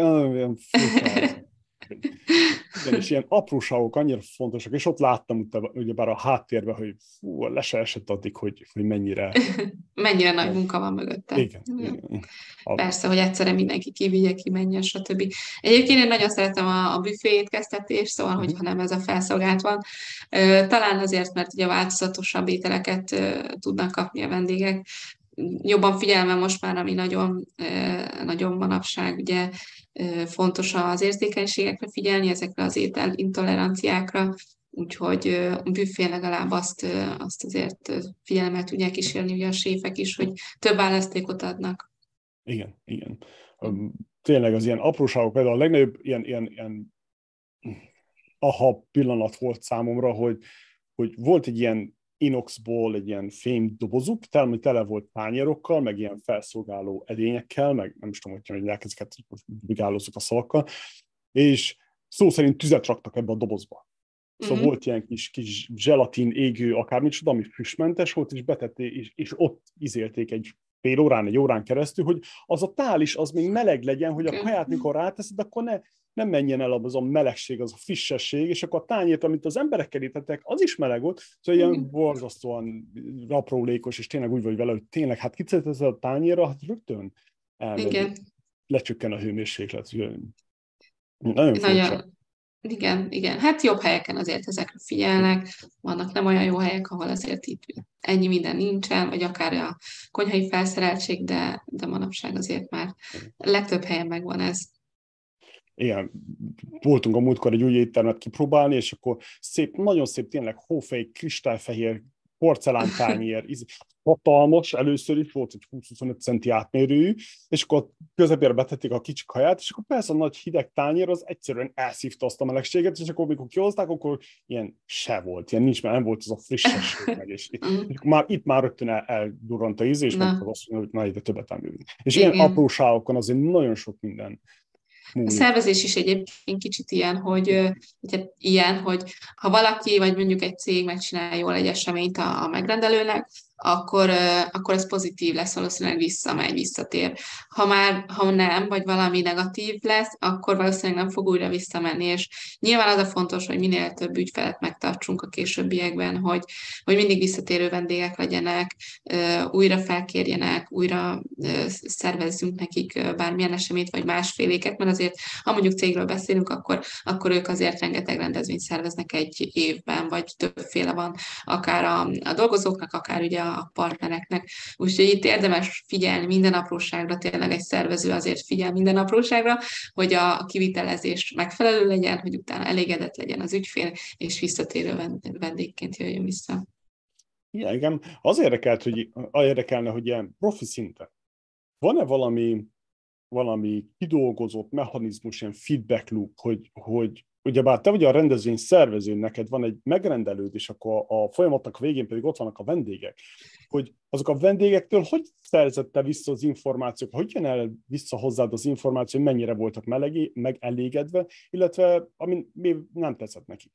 és ilyen apróságok annyira fontosak, és ott láttam ugyebár a háttérben, hogy le se esett addig, hogy mennyire... mennyire nagy munka van mögötte. Igen. Persze, hogy egyszerre mindenki kivigye, kimenjen, stb. Egyébként én nagyon szeretem a büfé étkeztetést, szóval, hogyha nem ez a felszolgált van. Talán azért, mert ugye változatosabb ételeket tudnak kapni a vendégek. Jobban figyelme most már, ami nagyon, nagyon manapság, ugye fontos az érzékenységekre figyelni, ezekre az ételintoleranciákra, úgyhogy a büfén legalább azt azért figyelemmel tudják kísérni ugye a séfek is, hogy több választékot adnak. Igen. Tényleg az ilyen apróságok, például a legnagyobb ilyen aha pillanat volt számomra, hogy volt egy ilyen inoxból egy ilyen fém dobozuk, tele volt tányérokkal, meg ilyen felszolgáló edényekkel, meg nem is tudom, hogy mondják ezeket, most vigálózok a szavakkal, és szó szerint tüzet raktak ebbe a dobozba. Szóval volt ilyen kis zselatin égő akármicsoda, ami füstmentes volt, és betették, és ott izélték egy fél órán, egy órán keresztül, hogy az a tál is, az még meleg legyen, hogy a kaját mikor ráteszed, akkor nem menjen el az a melegség, az a frissesség, és akkor a tányért, amit az emberek kerítettek, az is meleg volt, szóval ilyen borzasztóan aprólékos, és tényleg úgy vagy vele, hogy tényleg, hát kicsit a tányérra, hát rögtön elmegy, lecsökken a hőmérséklet. Nagyon furcsa. Igen. Hát jobb helyeken azért ezekre figyelnek, vannak nem olyan jó helyek, ahol azért itt ennyi minden nincsen, vagy akár a konyhai felszereltség, de manapság azért már legtöbb helyen megvan ez. ilyen, voltunk a múltkor egy új éttermet kipróbálni, és akkor szép, nagyon szép, tényleg hófej, kristályfehér porcelántányér, hatalmas, először is volt egy 20-25 centi átmérőjű, és akkor közepére betették a kicsi kaját, és akkor persze a nagy hideg tányér az egyszerűen elszívta azt a melegséget, és akkor mikor kihozták, akkor ilyen se volt, ilyen nincs, mert nem volt az a frissesség meg, és itt már rögtön eldurrant a íz, és mondtuk azt mondani, hogy na, ide többet nem ülünk. És ilyen apróságokon azért nagyon sok minden múlik. A szervezés is egyébként kicsit ilyen, hogy ha valaki, vagy mondjuk egy cég megcsinál jól egy eseményt a megrendelőnek, akkor ez pozitív lesz, valószínűleg visszamegy, visszatér. Ha nem, vagy valami negatív lesz, akkor valószínűleg nem fog újra visszamenni, és nyilván az a fontos, hogy minél több ügyfelet megtartsunk a későbbiekben, hogy mindig visszatérő vendégek legyenek, újra felkérjenek, újra szervezzünk nekik bármilyen eseményt, vagy másféléket, mert azért, ha mondjuk cégről beszélünk, akkor ők azért rengeteg rendezvényt szerveznek egy évben, vagy többféle van, akár a dolgozóknak, akár ugye a partnereknek. Úgyhogy itt érdemes figyelni minden apróságra, tényleg egy szervező azért figyel minden apróságra, hogy a kivitelezés megfelelő legyen, hogy utána elégedett legyen az ügyfél, és visszatérő vendégként jöjjön vissza. Igen, igen. Az érdekelne, hogy ilyen profi szinten van-e valami kidolgozott mechanizmus, ilyen feedback loop, hogy ugyebár te vagy a rendezvény szervező, neked van egy megrendelőd, és akkor a folyamatnak végén pedig ott vannak a vendégek, hogy azok a vendégektől hogy szerzette vissza az információk, hogy jön el vissza hozzád az információ, hogy mennyire voltak megelégedve, illetve ami nem tetszett nekik.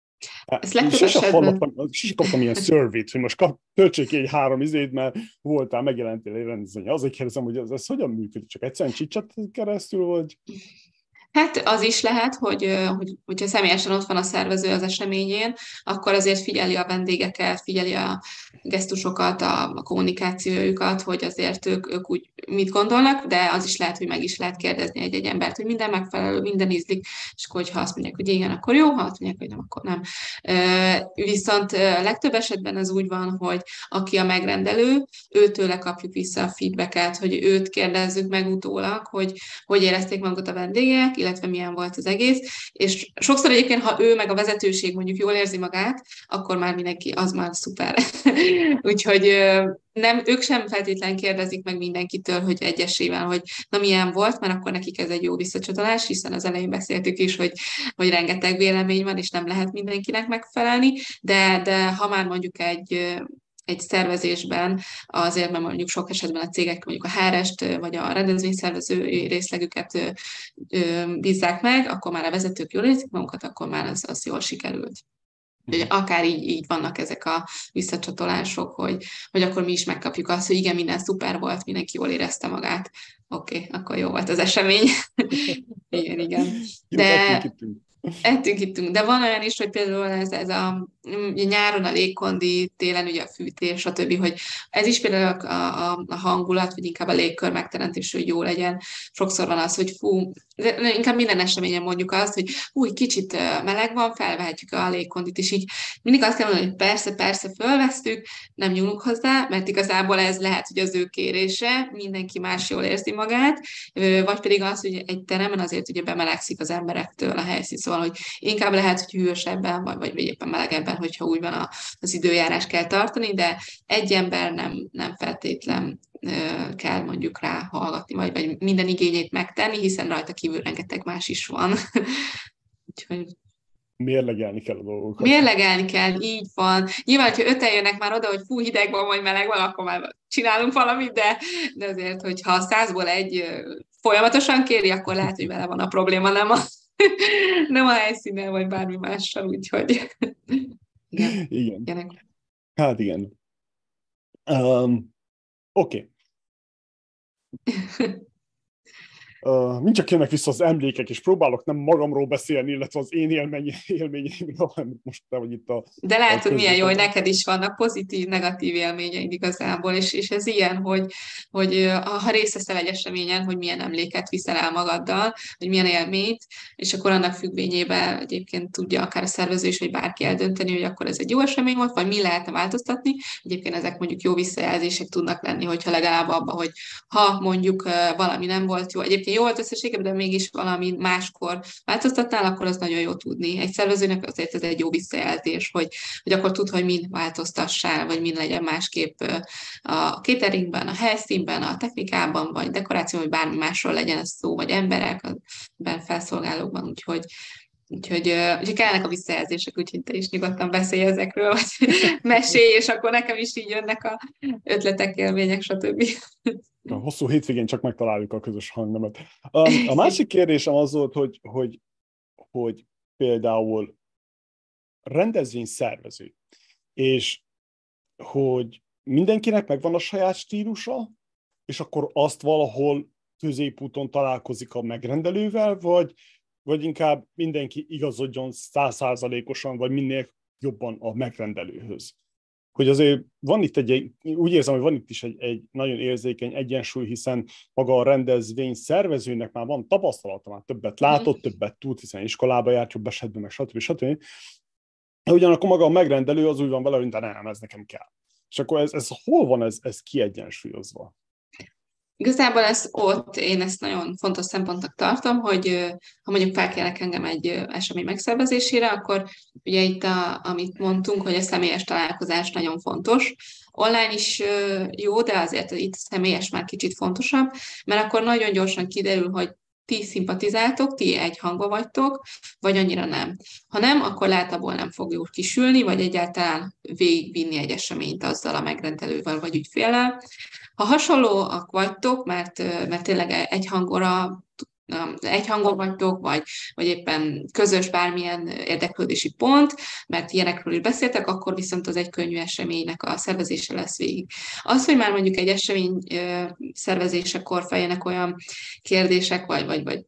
Sose kaptam ilyen survey-t, hogy most töltsék egy 3 izét, mert voltál, megjelentél egy rendezvényen. Azért kérdezem, hogy ez hogyan működik, csak egyszerűen csicset keresztül, vagy... Hát az is lehet, hogyha személyesen ott van a szervező az eseményén, akkor azért figyeli a vendégeket, figyeli a gesztusokat, a kommunikációjukat, hogy azért ők úgy mit gondolnak, de az is lehet, hogy meg is lehet kérdezni egy embert, hogy minden megfelelő, minden ízlik, és akkor, hogyha azt mondják, hogy igen, akkor jó, ha azt mondják, hogy nem, akkor nem. Viszont legtöbb esetben az úgy van, hogy aki a megrendelő, őtőle kapjuk vissza a feedbacket, hogy őt kérdezzük meg utólag, hogy érezték magukat a vendégek, illetve milyen volt az egész, és sokszor egyébként, ha ő meg a vezetőség mondjuk jól érzi magát, akkor már mindenki, az már szuper. Úgyhogy nem, ők sem feltétlenül kérdezik meg mindenkitől, hogy egyesével, hogy na milyen volt, mert akkor nekik ez egy jó visszacsatolás, hiszen az elején beszéltük is, hogy rengeteg vélemény van, és nem lehet mindenkinek megfelelni, de ha már mondjuk egy szervezésben, azért, mert mondjuk sok esetben a cégek mondjuk a HR-est vagy a rendezvényszervező részlegüket bízzák meg, akkor már a vezetők jól érzik magukat, akkor már az jól sikerült. Úgyhogy akár így vannak ezek a visszacsatolások, hogy akkor mi is megkapjuk azt, hogy igen, minden szuper volt, mindenki jól érezte magát. Oké, akkor jó volt az esemény. igen. De... Ettünk, de van olyan is, hogy például ez a nyáron a légkondi, télen ugye a fűtés, stb., hogy ez is például a hangulat, vagy inkább a légkör megteremtés, hogy jó legyen. Sokszor van az, hogy inkább minden eseményen mondjuk azt, hogy kicsit meleg van, felvehetjük a légkondit, és így mindig azt kell mondani, hogy persze, fölvesztük, nem nyúlunk hozzá, mert igazából ez lehet, hogy az ő kérése, mindenki más jól érzi magát, vagy pedig az, hogy egy teremen azért ugye bemelegszik az emberektől a helyszín, szóval, hogy inkább lehet, hogy hűvösebben, vagy éppen melegebben, hogyha úgy van az időjárás kell tartani, de egy ember nem feltétlen kell mondjuk rá hallgatni, vagy minden igényét megtenni, hiszen rajta kívül rengeteg más is van. Úgyhogy... Mérlegelni kell a dolgokat. Mérlegelni kell, így van. Nyilván, hogyha 5-en jönnek már oda, hogy hideg van, vagy meleg van, akkor már csinálunk valamit, de azért, hogyha 100-ból egy folyamatosan kéri, akkor lehet, hogy vele van a probléma, nem a helyszínen, vagy bármi mással, úgyhogy... Igen. Hát igen. Oké. Mind csak jönnek vissza az emlékek, és próbálok nem magamról beszélni, illetve az én élményeimről, hanem most te vagy itt De látod, milyen jó, hogy neked is vannak pozitív, negatív élményeid igazából, és ez ilyen, hogy ha részt veszel egy eseményen, hogy milyen emléket viszel el magaddal, hogy milyen élményt, és akkor annak függvényében egyébként tudja akár a szervező is, vagy bárki eldönteni, hogy akkor ez egy jó esemény volt, vagy mi lehetne változtatni. Egyébként ezek mondjuk jó visszajelzések tudnak lenni, hogyha legalább abban, hogy ha mondjuk valami nem volt jó, egyébként jó volt összességében, de mégis valami máskor változtatnál, akkor az nagyon jó tudni. Egy szervezőnek azért ez egy jó visszajelzés, hogy akkor tud, hogy min változtassál, vagy min legyen másképp a cateringben, a helyszínben, a technikában, vagy dekoráció, vagy bármi másról legyen ez szó, vagy emberekben, felszolgálókban, úgyhogy kellnek a visszajelzések, úgyhogy te is nyugodtan beszélj ezekről, vagy mesélj, és akkor nekem is így jönnek a ötletek, élmények, stb. A hosszú hétvégén csak megtaláljuk a közös hangnemet. A másik kérdésem az volt, hogy például rendezvényszervező, és hogy mindenkinek megvan a saját stílusa, és akkor azt valahol középúton találkozik a megrendelővel, vagy inkább mindenki igazodjon 100%-osan, vagy minél jobban a megrendelőhöz. Hogy azért van itt úgy érzem, hogy van itt is egy nagyon érzékeny egyensúly, hiszen maga a rendezvény szervezőnek már van tapasztalata, már többet látott, többet tud, hiszen iskolába járt, jobb esetben, meg stb. De ugyanakkor maga a megrendelő az úgy van vele, hogy nem, ez nekem kell. És akkor ez hol van ez kiegyensúlyozva? Igazából én ezt nagyon fontos szempontnak tartom, hogy ha mondjuk felkérnek engem egy esemény megszervezésére, akkor ugye itt, amit mondtunk, hogy a személyes találkozás nagyon fontos. Online is jó, de azért itt személyes már kicsit fontosabb, mert akkor nagyon gyorsan kiderül, hogy ti szimpatizáltok, ti egy hangba vagytok, vagy annyira nem. Ha nem, akkor lehet abból nem fog jól kisülni, vagy egyáltalán végigvinni egy eseményt azzal a megrendelővel, vagy ügyféllel. Ha hasonlóak vagytok, mert tényleg egy hangon vagytok, vagy éppen közös bármilyen érdeklődési pont, mert ilyenekről is beszéltek, akkor viszont az egy könnyű eseménynek a szervezése lesz végig. Az, hogy már mondjuk egy esemény szervezésekor feljönnek olyan kérdések, vagy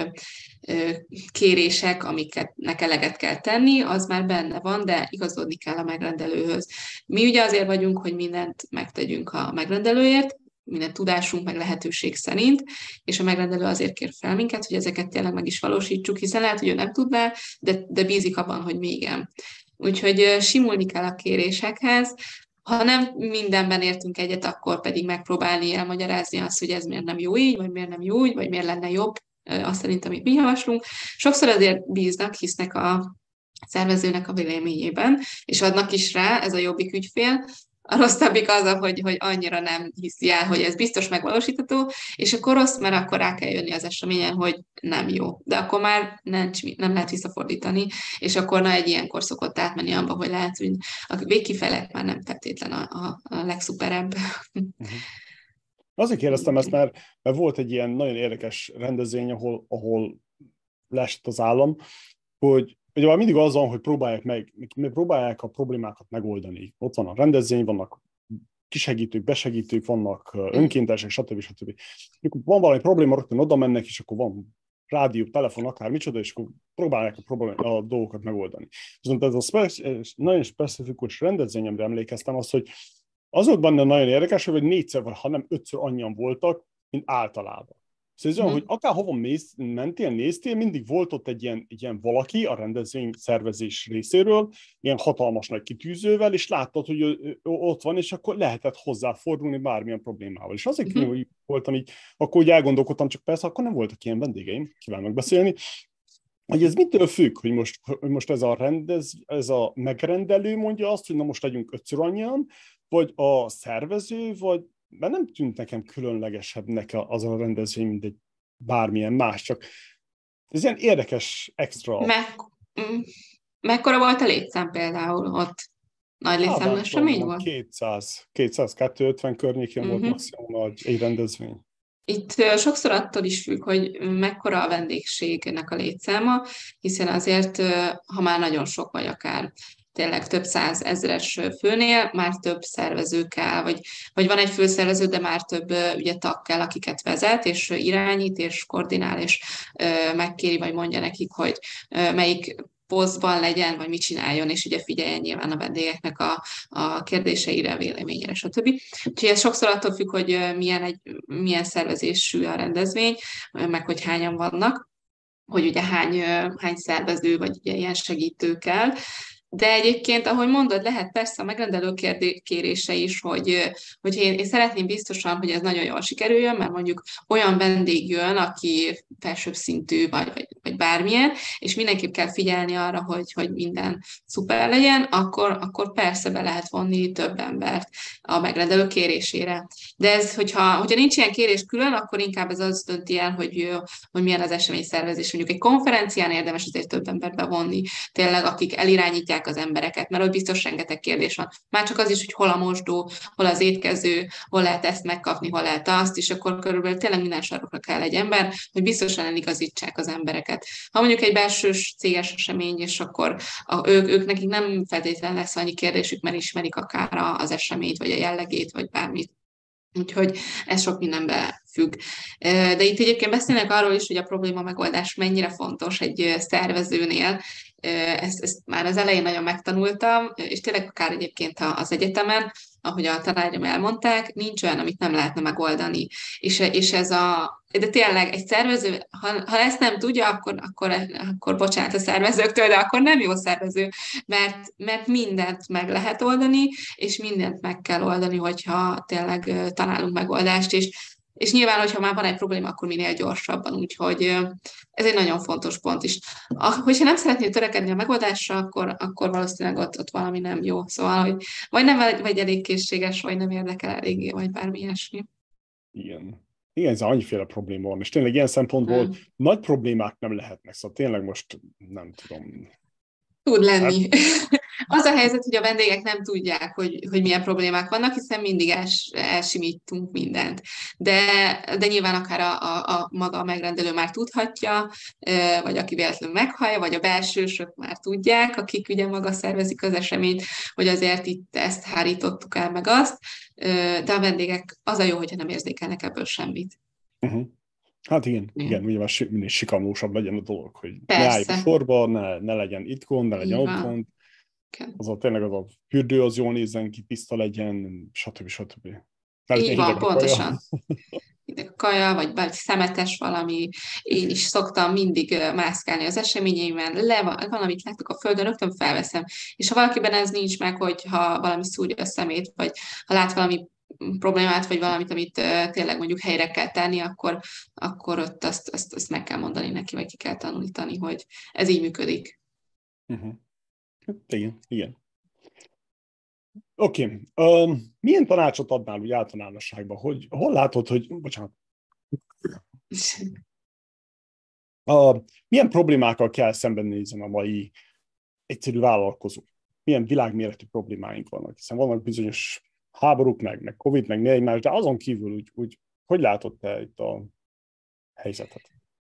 kérések, amiket eleget kell tenni, az már benne van, de igazodni kell a megrendelőhöz. Mi ugye azért vagyunk, hogy mindent megtegyünk a megrendelőért, minden tudásunk, meg lehetőség szerint, és a megrendelő azért kér fel minket, hogy ezeket tényleg meg is valósítsuk, hiszen lehet, hogy ő nem tudná, de bízik abban, hogy mi igen. Úgyhogy simulni kell a kérésekhez. Ha nem mindenben értünk egyet, akkor pedig megpróbálni elmagyarázni azt, hogy ez miért nem jó így, vagy miért nem jó úgy, vagy miért lenne jobb azt szerint, amit mi javaslunk. Sokszor azért bíznak, hisznek a szervezőnek a véleményében, és adnak is rá, ez a jobbik ügyfél. A rosszabbik az, hogy annyira nem hiszi el, hogy ez biztos megvalósítható, és akkor rossz, mert akkor rá kell jönni az eseményen, hogy nem jó. De akkor már nem lehet visszafordítani, és akkor egy ilyenkor szokott átmenni abba, hogy lehet, hogy a végkifejlet már nem feltétlen a legszuperebb. Azért kérdeztem ezt, mert volt egy ilyen nagyon érdekes rendezvény, ahol leesett az állam, hogy ugye mindig az van, hogy próbálják a problémákat megoldani. Ott van a rendezvény, vannak kisegítők, besegítők, vannak önkéntesek, stb. Van valami probléma, rögtön oda mennek, és akkor van rádió, telefon, akár micsoda, és akkor próbálják a dolgokat megoldani. Viszont ez a nagyon specifikus rendezvény, amire emlékeztem, az, hogy az volt benne nagyon érdekes, hogy 4-szer, vagy ha nem 5-ször annyian voltak, mint általában. Szóval ez olyan, hogy akárhova mentél, néztél, mindig volt ott egy ilyen valaki a rendezvény szervezés részéről, ilyen hatalmas nagy kitűzővel, és láttad, hogy ő ott van, és akkor lehetett hozzáfordulni bármilyen problémával. És azért hogy voltam így, akkor úgy elgondolkodtam, csak persze, akkor nem voltak ilyen vendégeim, kívánok beszélni, hogy ez mitől függ, hogy most ez a megrendelő mondja azt, hogy na most legyünk 5-ször annyian, vagy a szervező, vagy mert nem tűnt nekem különlegesebbnek az a rendezvény, mint egy bármilyen más, csak ez ilyen érdekes, extra. Mekkora volt a létszám például ott? Nagy létszámú esemény volt? 250 környékén volt maximum egy rendezvény. Itt sokszor attól is függ, hogy mekkora a vendégségnek a létszáma, hiszen azért, ha már nagyon sok vagy akár tényleg több 100 000 főnél, már több szervező kell, vagy van egy főszervező, de már több ugye tag kell, akiket vezet, és irányít, és koordinál, és megkéri, vagy mondja nekik, hogy melyik posztban legyen, vagy mit csináljon, és ugye figyeljen nyilván a vendégeknek a kérdéseire, véleményére, stb. Úgyhogy ez sokszor attól függ, hogy milyen szervezésű a rendezvény, meg hogy hányan vannak, hogy ugye hány szervező, vagy ugye ilyen segítő kell. De egyébként, ahogy mondod, lehet persze a megrendelő kérése is, hogy én szeretném biztosan, hogy ez nagyon jól sikerüljön, mert mondjuk olyan vendég jön, aki felsőbb szintű, vagy bármilyen, és mindenképp kell figyelni arra, hogy minden szuper legyen, akkor persze be lehet vonni több embert a megrendelő kérésére. De ez, hogyha nincs ilyen kérés külön, akkor inkább ez az dönti el, hogy milyen az esemény szervezés. Mondjuk egy konferencián érdemes azért több embert bevonni, tényleg, akik elirányítják az embereket, mert ott biztos rengeteg kérdés van. Már csak az is, hogy hol a mosdó, hol az étkező, hol lehet ezt megkapni, hol lehet azt, és akkor körülbelül tényleg minden sarokra kell egy ember, hogy biztosan eligazítsák az embereket. Ha mondjuk egy belsős céges esemény, és akkor ők nekik nem feltétlenül lesz annyi kérdésük, mert ismerik akár az eseményt, vagy a jellegét, vagy bármit. Úgyhogy ez sok mindenbe függ. De itt egyébként beszélnek arról is, hogy a probléma megoldás mennyire fontos egy szervezőnél. Ezt már az elején nagyon megtanultam, és tényleg akár egyébként az egyetemen, ahogy a tanárom elmondták, nincs olyan, amit nem lehetne megoldani. És de tényleg egy szervező, ha ezt nem tudja, akkor bocsánat a szervezőktől, de akkor nem jó szervező, mert mindent meg lehet oldani, és mindent meg kell oldani, hogyha tényleg találunk megoldást, és nyilván, hogyha már van egy probléma, akkor minél gyorsabban, úgyhogy ez egy nagyon fontos pont is. Hogyha nem szeretnél törekedni a megoldásra, akkor valószínűleg ott valami nem jó. Szóval, hogy vagy nem vagy elég készséges, vagy nem érdekel eléggé, vagy bármi ilyesmi. Igen. Igen, ez annyiféle probléma van, és tényleg ilyen szempontból nagy problémák nem lehetnek, szóval tényleg most nem tudom. Tud lenni. Az a helyzet, hogy a vendégek nem tudják, hogy milyen problémák vannak, hiszen mindig elsimítunk mindent. De nyilván akár a maga a megrendelő már tudhatja, vagy aki véletlenül meghallja, vagy a belsősök már tudják, akik ugye maga szervezik az eseményt, hogy azért itt ezt hárítottuk el, meg azt, de a vendégek az a jó, hogyha nem érzékelnek ebből semmit. Uh-huh. Hát igen, ugye minél sikamlósabb legyen a dolog, hogy persze. ne álljunk sorba, ne legyen itt gond, ne legyen ott gond. Tényleg az a fürdő az jól nézzen ki, tiszta legyen, stb. Így van, pontosan. Hideg a kaja, vagy szemetes valami. Én is szoktam mindig mászkálni az eseményeimen, valamit látok a földön, rögtön felveszem. És ha valakiben ez nincs meg, hogyha valami szúrja a szemét, vagy ha lát valami problémát, vagy valamit, amit tényleg mondjuk helyre kell tenni, akkor ott azt meg kell mondani neki, vagy ki kell tanulítani, hogy ez így működik. Uh-huh. Igen. Oké. Milyen tanácsot adnál úgy általánosságban? Hol látod, hogy... Bocsánat. Milyen problémákkal kell szembenézni a mai egyszerű vállalkozó? Milyen világméretű problémáink vannak? Hiszen vannak bizonyos háborúk, meg Covid, meg egymás, de azon kívül úgy hogy látod te itt a helyzetet?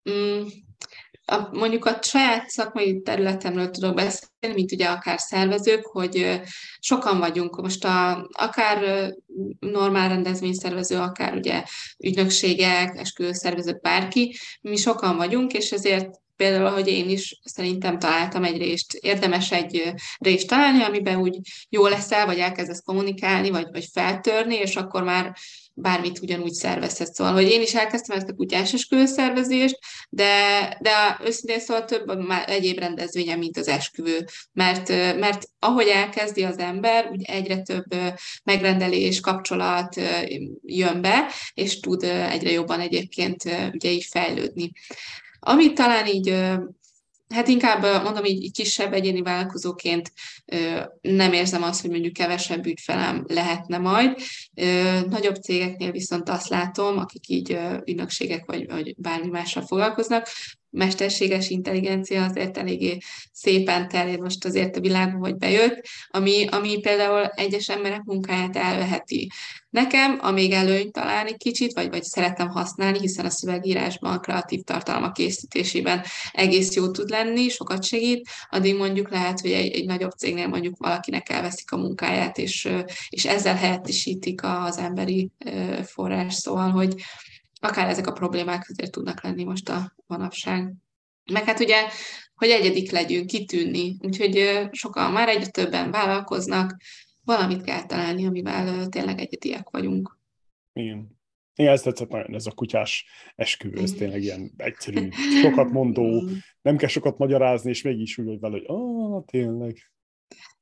Mondjuk a saját szakmai területemről tudok beszélni, mint ugye akár szervezők, hogy sokan vagyunk. Most akár normál rendezvényszervező, akár ugye ügynökségek, esküvőszervezők, bárki, mi sokan vagyunk, és ezért például, ahogy én is szerintem találtam egy részt, érdemes egy részt találni, amiben úgy jó leszel, vagy elkezdesz kommunikálni, vagy feltörni, és akkor már bármit ugyanúgy szervezhetsz. Szóval, hogy én is elkezdtem ezt a kutyás esküvőszervezést, de őszintén szóval több egyéb rendezvényen, mint az esküvő. Mert ahogy elkezdi az ember, ugye egyre több megrendelés, kapcsolat jön be, és tud egyre jobban egyébként ugye így fejlődni. Amit talán így, hát inkább mondom így kisebb egyéni vállalkozóként nem érzem azt, hogy mondjuk kevesebb ügyfelem lehetne majd. Nagyobb cégeknél viszont azt látom, akik így ügynökségek vagy bármi mással foglalkoznak, mesterséges intelligencia azért eléggé szépen terjed most azért a világban, hogy bejött, ami például egyes emberek munkáját elveheti. Nekem, amíg előnyt találni kicsit, vagy szeretem használni, hiszen a szövegírásban, a kreatív tartalmak készítésében egész jó tud lenni, sokat segít, addig mondjuk lehet, hogy egy nagyobb cégnél mondjuk valakinek elveszik a munkáját, és ezzel helyettesítik az emberi forrás, szóval, hogy akár ezek a problémák azért tudnak lenni most a manapság. Meg hát ugye, hogy egyedik legyünk, kitűnni, úgyhogy sokan már egyre többen vállalkoznak, valamit kell találni, amivel tényleg egyediek vagyunk. Igen. Igen, ez tetszett nagyon, ez a kutyás esküvő, ez tényleg ilyen egyszerű, sokat mondó, nem kell sokat magyarázni, és mégis úgy vagy vele, hogy tényleg.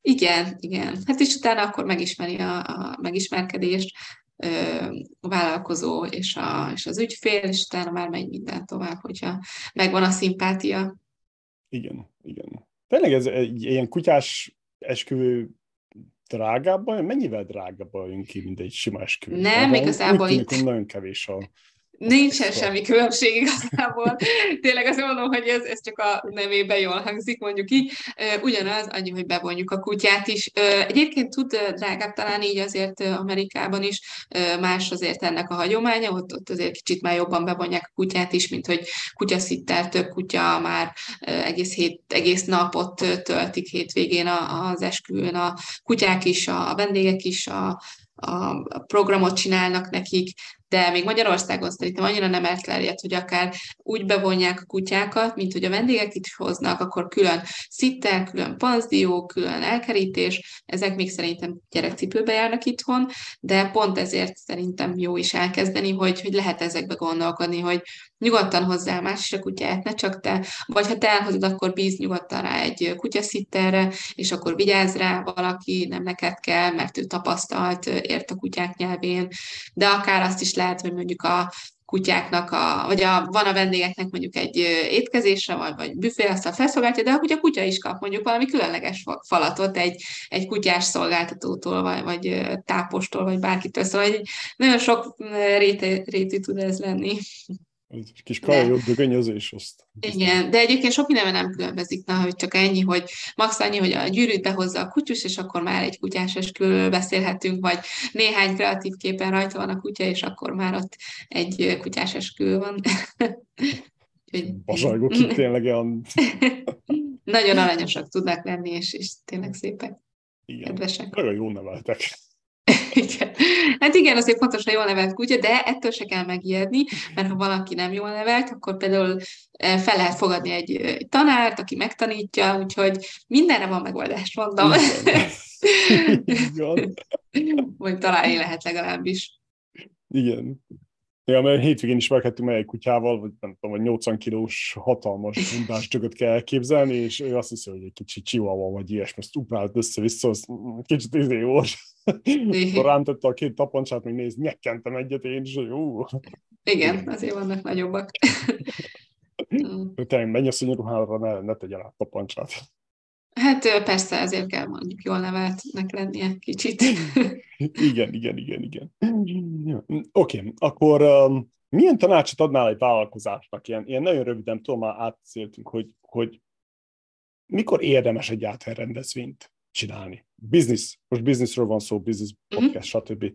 Igen, igen. Hát és utána akkor megismeri a megismerkedést, a vállalkozó és az ügyfél, és utána már megy minden tovább, hogyha megvan a szimpátia. Igen, igen. Tényleg ez egy ilyen kutyás esküvő drágább, mennyivel drágább jön ki, mint egy sima esküvő? Nem, Nekem úgy igazából tűnik, itt hogy nagyon kevés az nincsen extra. semmi különbség igazából. Tényleg azt mondom, hogy ez csak a nevében jól hangzik, mondjuk így. Ugyanaz, annyi, hogy bevonjuk a kutyát is. Egyébként tud drágább talán így azért Amerikában is, más azért ennek a hagyománya, ott azért kicsit már jobban bevonják a kutyát is, mint hogy kutyaszittel több kutya már egész napot töltik hétvégén az esküvőn. A kutyák is, a vendégek is, a programot csinálnak nekik, de még Magyarországon szerintem annyira nem elterjedt, hogy akár úgy bevonják a kutyákat, mint hogy a vendégek is hoznak, akkor külön szitter, külön panzdió, külön elkerítés, ezek még szerintem gyerekcipőbe járnak itthon, de pont ezért szerintem jó is elkezdeni, hogy lehet ezekbe gondolkodni, hogy nyugodtan hozzá más is a kutyát, ne csak te, vagy ha te elhozod, akkor bíz nyugodtan rá egy kutyaszitterre, és akkor vigyázz rá valaki, nem neked kell, mert ő tapasztalt, ért a kutyák nyelvén, de akár azt is lehet, hogy mondjuk a kutyáknak, van a vendégeknek mondjuk egy étkezésre, vagy büféasztal felszolgáltatja, de a kutya is kap mondjuk valami különleges falatot egy kutyás szolgáltatótól, vagy tápostól, vagy bárkitől. Szóval nagyon sok rétű tud ez lenni. Egy kis De kaja dögönyözés, azt igen, de egyébként sok mindenben nem különbözik, na, hogy csak ennyi, hogy max annyi, hogy a gyűrűt behozza a kutyus, és akkor már egy kutyás esküvőről beszélhetünk, vagy néhány kreatív képen rajta van a kutya, és akkor már ott egy kutyás esküvő van. bazsalgok itt tényleg olyan... Nagyon aranyosak tudnak lenni, és tényleg szépek, Igen, kedvesek. nagyon jól neveltek. Igen. Hát igen, azért fontos a jól nevelt kutya, de ettől se kell megijedni, mert ha valaki nem jól nevelt, akkor például fel lehet fogadni egy tanárt, aki megtanítja, úgyhogy mindenre van megoldás, mondom. Igen. Igen. Vagy találni lehet legalábbis. Igen. Ja, mert hétvégén is meghettünk meg egy kutyával, vagy nem tudom, vagy 80 kilós hatalmas bundás csököt kell elképzelni, és ő azt hiszi, hogy egy kicsit chihuahua vagy ilyesmi, ezt uprált össze-vissza, az kicsit volt. Akkor rám tette a két tapancsát, még nyekkentem egyet én is, hogy Igen, azért vannak nagyobbak. Tényleg mennyasszony ruhára ne tegyen át tapancsát. Hát persze, ezért kell mondjuk jól neveltnek lennie kicsit. Igen. Oké, akkor milyen tanácsot adnál egy vállalkozásnak? Ilyen nagyon röviden, tudom, már átszéltünk, hogy mikor érdemes egyáltalán rendezvényt csinálni. Most businessről van szó, business podcast, stb.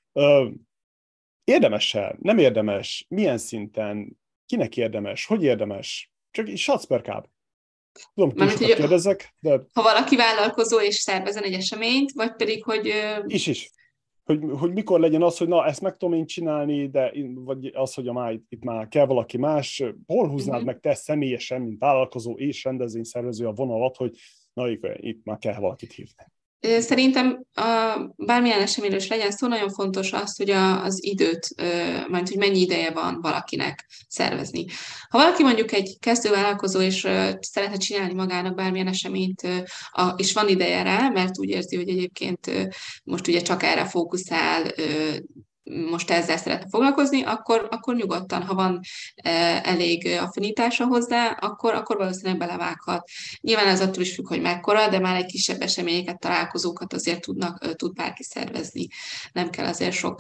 Érdemes-e? Nem érdemes? Milyen szinten? Kinek érdemes? Hogy érdemes? Csak egy satsz per kb. Tudom, túl sokat kérdezek, de... Ha valaki vállalkozó és szervezen egy eseményt, vagy pedig, hogy... Is. Hogy mikor legyen az, hogy na, ezt meg tudom én csinálni, de vagy az, hogy itt már kell valaki más. Hol húznád meg te személyesen, mint vállalkozó és rendezvényszervező a vonalat, hogy na, itt már kell valakit hívni? Szerintem bármilyen eseményről is legyen szó, nagyon fontos az, hogy az időt, majd hogy mennyi ideje van valakinek szervezni. Ha valaki mondjuk egy kezdővállalkozó, és szeretne csinálni magának bármilyen eseményt, és van ideje rá, mert úgy érzi, hogy egyébként most ugye csak erre fókuszál, most ezzel szeretne foglalkozni, akkor nyugodtan, ha van elég affinitása hozzá, akkor valószínűleg belevághat. Nyilván ez attól is függ, hogy mekkora, de már egy kisebb eseményeket, találkozókat azért tud bárki szervezni. Nem kell azért sok,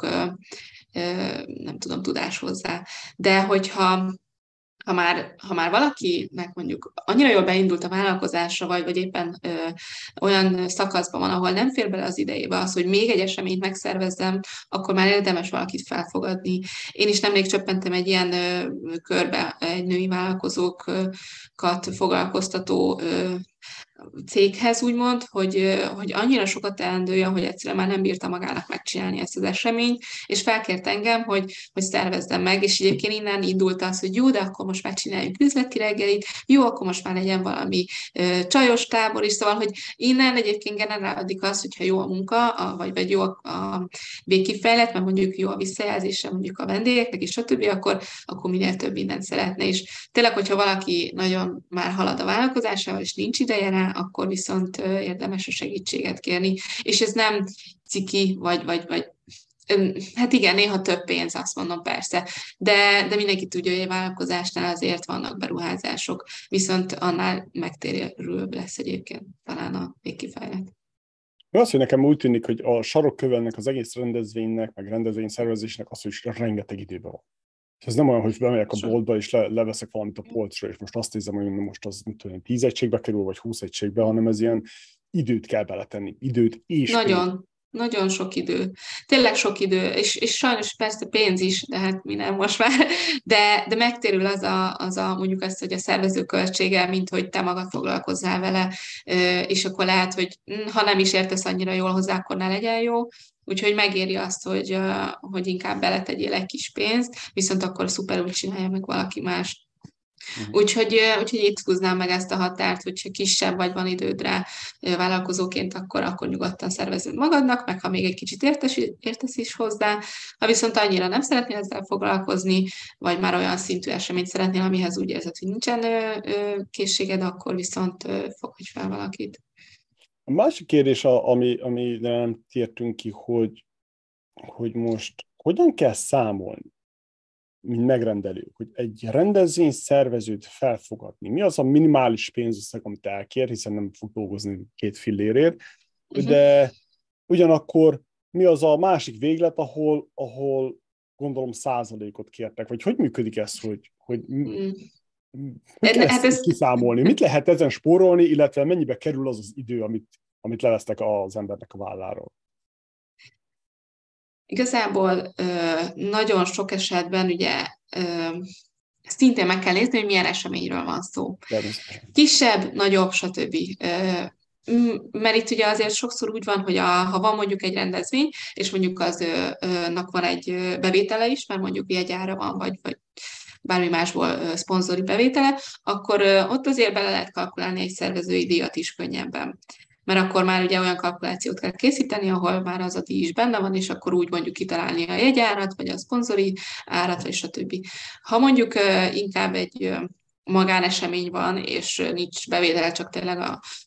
nem tudom, tudás hozzá. De hogyha ha már valakinek mondjuk annyira jól beindult a vállalkozásra, vagy éppen olyan szakaszban van, ahol nem fér bele az idejébe az, hogy még egy eseményt megszervezzem, akkor már érdemes valakit felfogadni. Én is nemrég csöppentem egy ilyen körbe, egy női vállalkozókat foglalkoztató céghez, úgymond, hogy annyira sokat teendője, hogy egyszerűen már nem bírta magának megcsinálni ezt az eseményt, és felkért engem, hogy szervezzem meg, és egyébként innen indult az, hogy jó, de akkor most már csináljunk üzleti reggelit, jó, akkor most már legyen valami csajos tábor is, szóval, hogy innen egyébként generálódik az, hogyha jó a munka, vagy jó a végkifejlet, mert mondjuk jó a visszajelzése mondjuk a vendégeknek, és stb., akkor minél több mindent szeretne, és tényleg, hogyha valaki nagyon már halad a vállalkozásával, és nincs ideje ideje rá, akkor viszont érdemes a segítséget kérni. És ez nem ciki, vagy hát igen, néha több pénz, azt mondom persze, de mindenki tudja, hogy egy vállalkozásnál azért vannak beruházások, viszont annál megtérülőbb lesz egyébként talán a végkifejlet. Az, hogy nekem úgy tűnik, hogy a sarokkövelnek, az egész rendezvénynek, meg rendezvény szervezésnek az, hogy rengeteg időben van. És ez nem olyan, hogy bemegyek a boltba, és leveszek valamit a polcra, és most azt nézem, hogy most az, mit tudom, 10 egységbe kerül, vagy 20 egységbe, hanem ez ilyen időt kell beletenni. Időt és Nagyon. Nagyon sok idő. Tényleg sok idő, és sajnos persze pénz is, de hát mi nem most már, de megtérül az a mondjuk azt, hogy a szervező költsége, mint hogy te magad foglalkozzál vele, és akkor lehet, hogy ha nem is értesz annyira jól hozzá, akkor ne legyen jó, úgyhogy megéri azt, hogy inkább beletegyél egy kis pénzt, viszont akkor szuperül csinálja meg valaki más. Úgyhogy itt húznám meg ezt a határt, hogyha kisebb vagy van időd rá vállalkozóként, akkor nyugodtan szervezed magadnak, meg ha még egy kicsit értesz is hozzá. Ha viszont annyira nem szeretnél ezzel foglalkozni, vagy már olyan szintű eseményt szeretnél, amihez úgy érzed, hogy nincsen készséged, akkor viszont fogadj fel valakit. A másik kérdés, ami nem tértünk ki, hogy most hogyan kell számolni, mint megrendelő, hogy egy rendezvény szervezőt felfogadni. Mi az a minimális pénzösszeg, amit elkér, hiszen nem fog dolgozni 2 fillérért, de ugyanakkor mi az a másik véglet, ahol gondolom százalékot kértek, vagy hogy működik ez, hogy kell ezt kiszámolni? Mit lehet ezen spórolni, illetve mennyibe kerül az idő, amit levesztek az embernek a válláról? Igazából nagyon sok esetben ugye szintén meg kell nézni, hogy milyen eseményről van szó. Kisebb, nagyobb, stb. Mert itt ugye azért sokszor úgy van, hogy ha van mondjuk egy rendezvény, és mondjuk aznak van egy bevétele is, mert mondjuk jegyára van, vagy bármi másból szponzori bevétele, akkor ott azért bele lehet kalkulálni egy szervezői díjat is könnyebben. Mert akkor már ugye olyan kalkulációt kell készíteni, ahol már az a díj is benne van, és akkor úgy mondjuk kitalálni a jegyárat, vagy a szponzori árat, vagy stb. Ha mondjuk inkább egy magánesemény van, és nincs bevétele, csak tényleg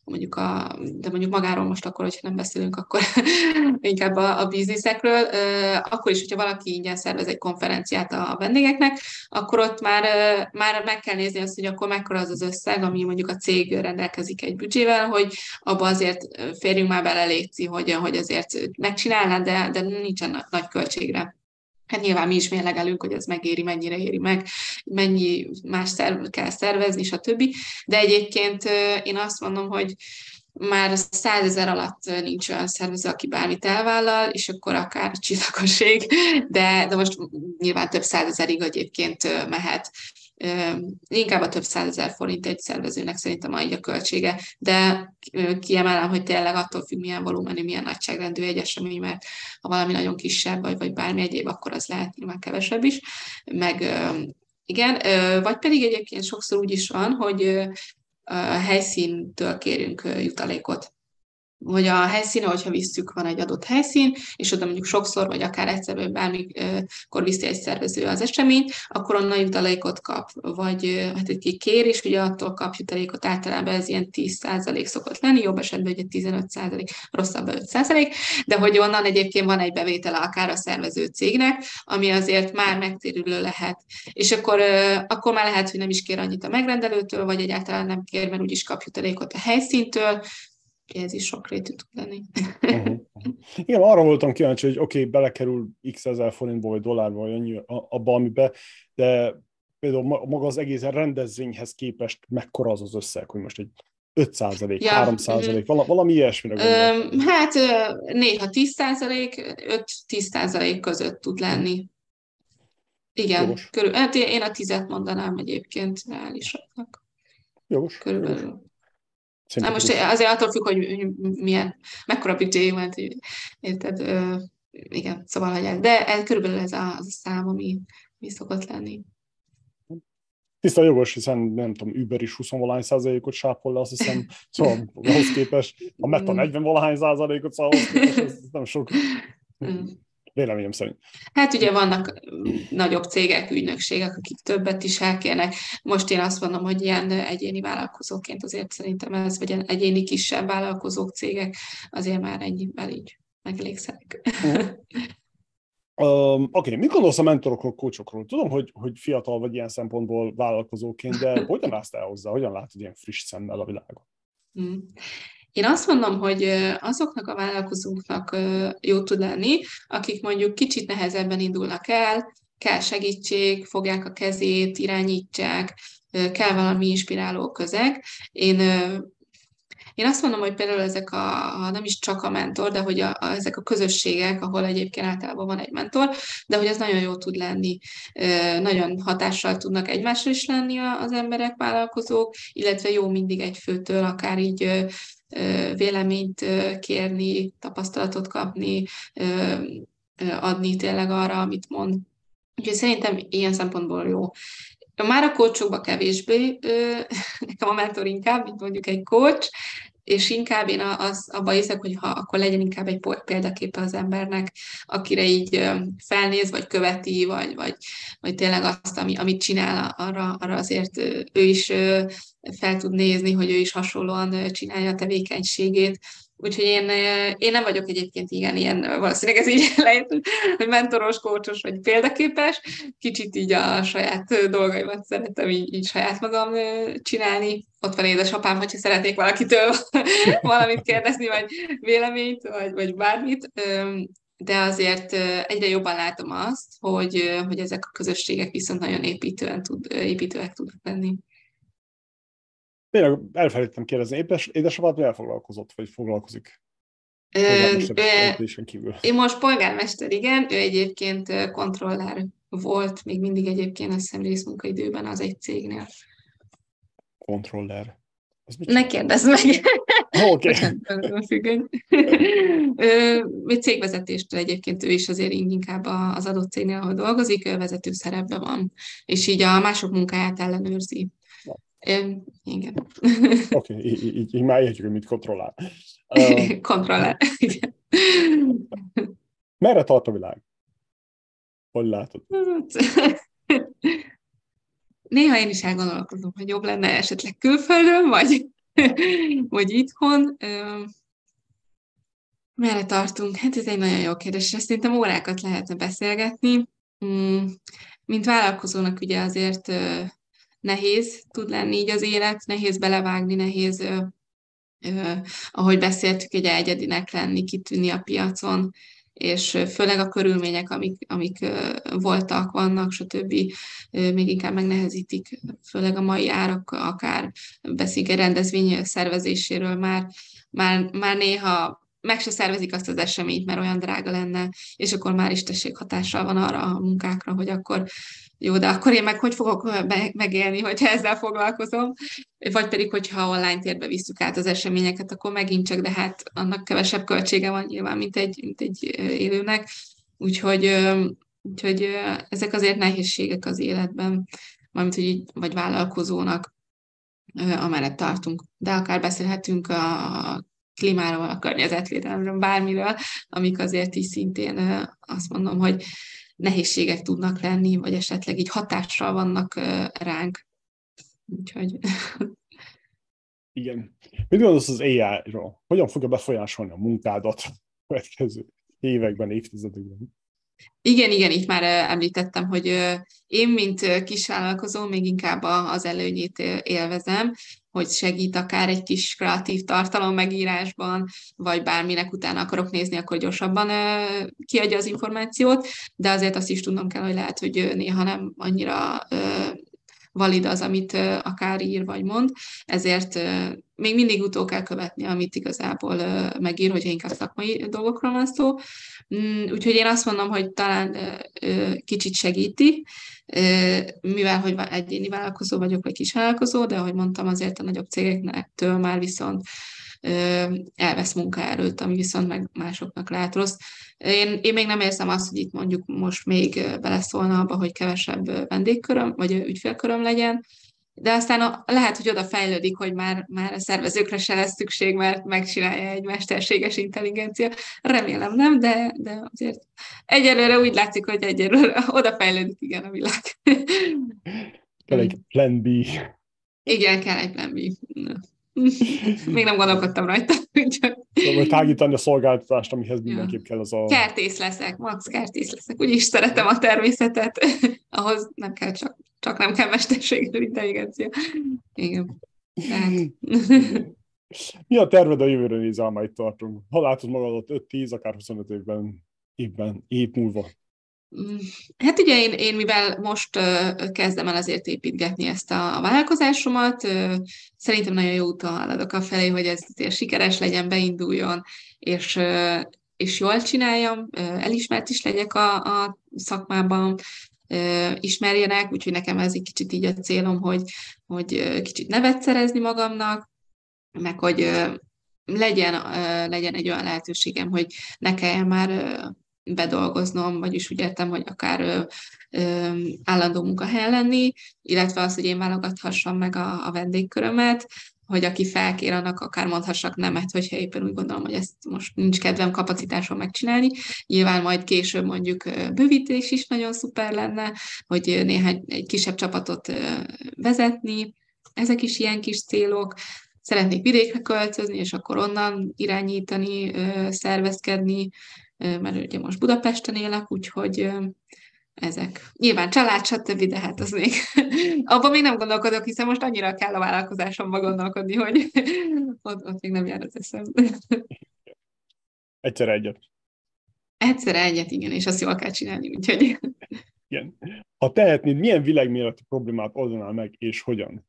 de mondjuk magáról most akkor, hogyha nem beszélünk, akkor inkább a bizniszekről, akkor is, hogyha valaki ingyen szervez egy konferenciát a vendégeknek, akkor ott már meg kell nézni azt, hogy akkor mekkora az összeg, ami mondjuk a cég rendelkezik egy büdzsével, hogy abba azért férjünk már bele, létszi, hogy azért megcsinálná, de nincsen nagy költségre. Hát nyilván mi is mérlegelünk, hogy ez megéri, mennyire éri meg, mennyi más kell szervezni, stb. De egyébként én azt mondom, hogy már 100 000 alatt nincs olyan szervező, aki bármit elvállal, és akkor akár csillagoség, de most nyilván több 100 000-ig egyébként mehet. Inkább a több 100 000 forint egy szervezőnek szerintem így a költsége, de kiemelem, hogy tényleg attól függ, milyen volumenű, milyen nagyságrendű egy esemény, mert ha valami nagyon kisebb, vagy bármi egyéb, akkor az lehet nyilván kevesebb is. Meg igen, vagy pedig egyébként sokszor úgy is van, hogy a helyszíntől kérünk jutalékot. Hogy a helyszínen, hogyha visszük, van egy adott helyszín, és oda mondjuk sokszor, vagy akár egyszer, vagy bármikor viszi egy szervező az eseményt, akkor onnan jutalékot kap, vagy hát egy kér, és ugye attól kap jutalékot, általában ez ilyen 10% szokott lenni, jobb esetben ugye 15%, rosszabb 5%, de hogy onnan egyébként van egy bevétele akár a szervező cégnek, ami azért már megtérülő lehet. És akkor már lehet, hogy nem is kér annyit a megrendelőtől, vagy egyáltalán nem kér, mert úgyis kap jutalékot a helyszíntől, ez is sokrétű tud lenni. Igen, arra voltam kíváncsi, hogy oké, belekerül x ezer forintba, vagy dollárba, vagy annyi abba, amibe, de például maga az egész rendezvényhez képest mekkora az összeg, hogy most egy 5%, 3%, valami ilyesmire gondolom. Hát néha 10%, 5-10% között tud lenni. Igen, hát én a 10-et mondanám egyébként reálisaknak. Jogos. Körülbelül. Na most azért attól függ, hogy mekkora budget van, érted? Igen, szóval hagyják. De körülbelül ez a szám, ami szokott lenni. Tiszta jogos, hiszen nem tudom, Uber is 20-valahány% sápol le, azt hiszem, szóval ahhoz képest, a Meta 40-valahány %, szóval ahhoz képest ez nem sok. véleményem szerint. Hát ugye vannak nagyobb cégek, ügynökségek, akik többet is elkérnek. Most én azt mondom, hogy ilyen egyéni vállalkozóként azért szerintem ez, vagy egyéni kisebb vállalkozók, cégek, azért már ennyivel így megelégszek. Oké, mit gondolsz a mentorokról, coachokról? Tudom, hogy fiatal vagy ilyen szempontból vállalkozóként, de hogyan állsz el hozzá? Hogyan látod ilyen friss szemmel a világot? Én azt mondom, hogy azoknak a vállalkozóknak jó tud lenni, akik mondjuk kicsit nehezebben indulnak el, kell segítség, fogják a kezét, irányítsák, kell valami inspiráló közeg. Én azt mondom, hogy például ezek nem is csak a mentor, de hogy ezek a közösségek, ahol egyébként általában van egy mentor, de hogy ez nagyon jó tud lenni. Nagyon hatással tudnak egymásra is lenni az emberek, vállalkozók, illetve jó mindig egy főtől, akár így véleményt kérni, tapasztalatot kapni, adni tényleg arra, amit mond. Úgyhogy szerintem ilyen szempontból jó. Már a coachokban kevésbé, nekem a mentor inkább, mint mondjuk egy coach, és inkább én abban hiszek, hogy akkor legyen inkább egy példaképe az embernek, akire így felnéz, vagy követi, vagy tényleg azt, amit csinál, arra azért ő is fel tud nézni, hogy ő is hasonlóan csinálja a tevékenységét. Úgyhogy én nem vagyok egyébként ilyen, valószínűleg ez így lehet, hogy mentoros, kócsos vagy példaképes. Kicsit így a saját dolgaimat szeretem így saját magam csinálni. Ott van édesapám, hogyha szeretnék valakitől valamit kérdezni, vagy véleményt, vagy bármit. De azért egyre jobban látom azt, hogy ezek a közösségek viszont nagyon építőek tudnak lenni. Tényleg elfelejtettem kérdezni, édesapád mivel foglalkozott, vagy foglalkozik? Kívül. Én most polgármester, igen, ő egyébként kontroller volt, még mindig egyébként azt hiszem részmunkaidőben az egy cégnél. Kontroller? Ne kérdezz meg! Oké. Cégvezetéstől egyébként ő is azért inkább az adott cégnél, ahol dolgozik, vezető szerepben van, és így a mások munkáját ellenőrzi. Igen. Oké, így már értjük, hogy mit kontrollál. Kontrollál, igen. Merre tart a világ? Hogy látod? Néha én is elgondolkozom, hogy jobb lenne esetleg külföldön, vagy itthon. Merre tartunk? Hát ez egy nagyon jó kérdés, és szerintem órákat lehetne beszélgetni. Mint vállalkozónak ugye azért nehéz tud lenni így az élet, nehéz belevágni, nehéz, ahogy beszéltük, egy egyedinek lenni, kitűnni a piacon, és főleg a körülmények, amik voltak, vannak, stb. Még inkább megnehezítik, főleg a mai árak, akár beszélünk egy rendezvény szervezéséről, már néha meg se szervezik azt az eseményt, mert olyan drága lenne, és akkor már is tességhatással van arra a munkákra, hogy akkor jó, de akkor én meg hogy fogok megélni, hogyha ezzel foglalkozom, vagy pedig, hogyha online térbe visszük át az eseményeket, akkor megint csak, de hát annak kevesebb költsége van nyilván, mint egy élőnek. Úgyhogy ezek azért nehézségek az életben, mármint, hogy így, vagy vállalkozónak, amellett tartunk. De akár beszélhetünk a klímáról, a környezetvédelemről, bármiről, amik azért is szintén azt mondom, hogy nehézségek tudnak lenni, vagy esetleg így hatással vannak ránk. Úgyhogy... Igen. Mit gondolsz az AI-ról? Hogyan fogja befolyásolni a munkádat a következő években, évtizedekben? Igen, itt már említettem, hogy én, mint kisvállalkozó, még inkább az előnyét élvezem, hogy segít akár egy kis kreatív tartalom megírásban, vagy bárminek utána akarok nézni, akkor gyorsabban kiadja az információt, de azért azt is tudnom kell, hogy lehet, hogy néha nem annyira valid az, amit akár ír vagy mond, ezért még mindig utól kell követni, amit igazából megír, hogyha inkább szakmai dolgokról van szó. Úgyhogy én azt mondom, hogy talán kicsit segíti, mivel hogy egyéni vállalkozó vagyok, vagy kisvállalkozó, de ahogy mondtam, azért a nagyobb cégeknektől már viszont elvesz munkaerőt, ami viszont meg másoknak lehet rossz. Én még nem érzem azt, hogy itt mondjuk most még beleszólna abba, hogy kevesebb vendégköröm, vagy ügyfélköröm legyen, de aztán lehet, hogy oda fejlődik, hogy már a szervezőkre se lesz szükség, mert megcsinálja egy mesterséges intelligencia. Remélem nem, de azért egyelőre úgy látszik, hogy egyelőre oda fejlődik, igen, a világ. Kell egy plan B. Igen, kell egy plan B. Még nem gondolkodtam rajta. Vagy tágítani a szolgáltatást, amihez Ja. mindenképp kell az a... Kertész leszek, max kertész leszek. Úgyis szeretem a természetet. Ahhoz nem kell csak nem kell mesterséges intelligencia. Igen. Tehát... Mi a terved a jövőre nézve, már itt tartunk? Ha látod magadat 5-10, akár 25 évben, év múlva? Hát ugye én mivel most kezdem el azért építgetni ezt a vállalkozásomat, szerintem nagyon jó úton haladok a felé, hogy ez azért sikeres legyen, beinduljon, és jól csináljam, elismert is legyek a szakmában, ismerjenek, úgyhogy nekem ez egy kicsit így a célom, hogy kicsit nevet szerezni magamnak, meg hogy legyen egy olyan lehetőségem, hogy ne kelljen már bedolgoznom, vagyis úgy értem, hogy akár állandó munkahelyen lenni, illetve az, hogy én válogathassam meg a vendégkörömet, hogy aki felkér, annak akár mondhassak nemet, hogyha éppen úgy gondolom, hogy ezt most nincs kedvem, kapacitásom megcsinálni. Nyilván majd később mondjuk bővítés is nagyon szuper lenne, hogy néhány egy kisebb csapatot vezetni, ezek is ilyen kis célok. Szeretnék vidékre költözni, és akkor onnan irányítani, szervezkedni, mert ugye most Budapesten élek, úgyhogy ezek. Nyilván család, stb., de hát az még abban még nem gondolkodok, hiszen most annyira kell a vállalkozásomba gondolkodni, hogy ott még nem jár az eszem. Egyszer egyet. Egyszer egyet, igen, és azt jól kell csinálni, úgyhogy... Igen. Ha tehetnéd, milyen világméretű problémát oldanál meg, és hogyan?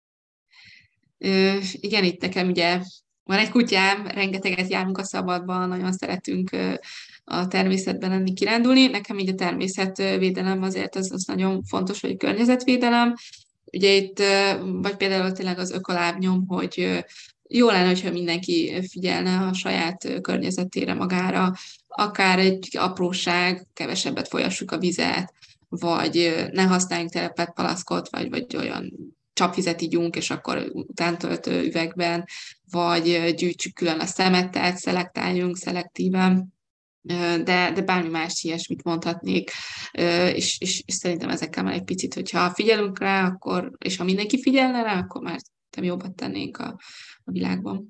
Igen, itt nekem ugye van egy kutyám, rengeteget járunk a szabadban, nagyon szeretünk a természetben lenni, kirándulni. Nekem így a természetvédelem azért az nagyon fontos, hogy környezetvédelem. Ugye itt, vagy például tényleg az ökolábnyom, hogy jó lenne, hogyha mindenki figyelne a saját környezetére magára, akár egy apróság, kevesebbet folyassuk a vizet, vagy ne használjunk telepet palaszkot, vagy olyan csapvizet ígyunk, és akkor utántöltő üvegben, vagy gyűjtsük külön a szemetet, szelektáljunk szelektíven, de bármi más ilyesmit mondhatnék, és szerintem ezekkel már egy picit, hogyha figyelünk rá, akkor, és ha mindenki figyelne rá, akkor már jobbat tennénk a világban.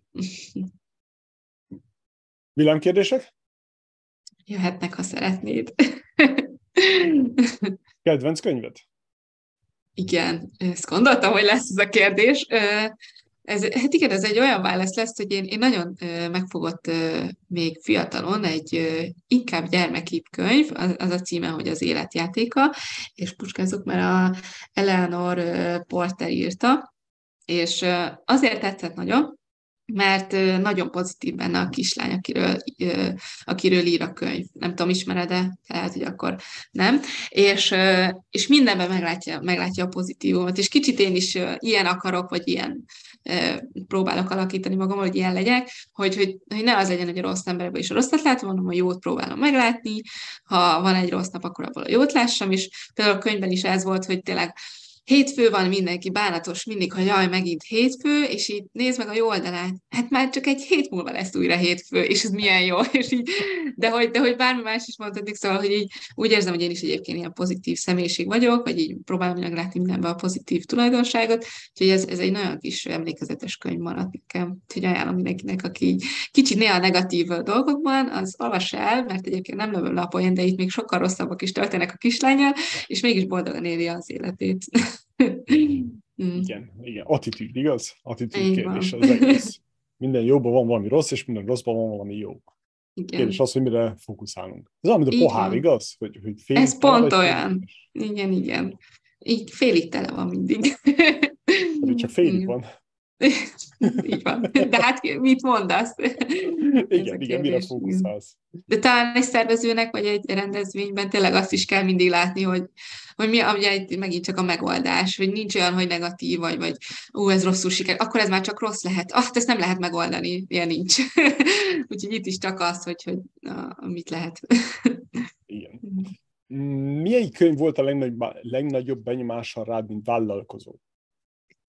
Villámkérdések? Jöhetnek, ha szeretnéd. Kedvenc könyved? Igen, ezt gondoltam, hogy lesz ez a kérdés. Hát igen, ez egy olyan válasz lesz, hogy én nagyon megfogott még fiatalon egy inkább gyermekibb könyv, az a címe, hogy Az életjátéka, és puskázok, mert a Eleanor Porter írta, és azért tetszett nagyon, mert nagyon pozitív benne a kislány, akiről ír a könyv. Nem tudom, ismered-e? Tehát, hogy akkor nem. És mindenben meglátja a pozitívumot. És kicsit én is ilyen akarok, vagy ilyen próbálok alakítani magam, hogy ilyen legyek, hogy ne az legyen, hogy a rossz emberekben is a rosszat látom, hanem a jót próbálom meglátni. Ha van egy rossz nap, akkor abból a jót lássam, és például a könyvben is ez volt, hogy tényleg hétfő van, mindenki bánatos mindig, hogy jaj, megint hétfő, és így nézd meg a jó oldalát. Hát már csak egy hét múlva lesz újra hétfő, és ez milyen jó. És így, de hogy bármi más is mondhatik, szóval, hogy így úgy érzem, hogy én is egyébként ilyen pozitív személyiség vagyok, vagy így próbálom meglátni mindenben a pozitív tulajdonságot, úgyhogy ez egy nagyon kis emlékezetes könyv maradt nekem. Úgyhogy ajánlom mindenkinek, aki így kicsit néha negatív dolgokban, az olvassa el, mert egyébként nem lövöm le a poén, de itt még sokkal rosszabbak is történnek a kislánnyal, és mégis boldogan éli az életét. Igen. Attitűd, igaz? Attitűd Így kérdés van. az egész. Minden jóban van valami rossz, és minden rosszban van valami jó. Igen. Kérdés az, hogy mire fókuszálunk. Ez olyan, mint a Így pohár, van. igaz? Hogy félig Ez tele, pont vagy félig olyan. üres? Igen. Így félig tele van mindig. Pedig csak félig Igen. van. Így van. De hát mit mondasz? Ez a Igen, mire kérdés. fókuszálsz? De talán egy szervezőnek, vagy egy rendezvényben tényleg azt is kell mindig látni, hogy mi ugye itt megint csak a megoldás, hogy nincs olyan, hogy negatív, vagy ez rosszul siker, akkor ez már csak rossz lehet. Ezt nem lehet megoldani, ilyen nincs. Úgyhogy itt is csak az, hogy mit lehet. Igen. Milyen könyv volt a legnagyobb benyomással rád, mint vállalkozó?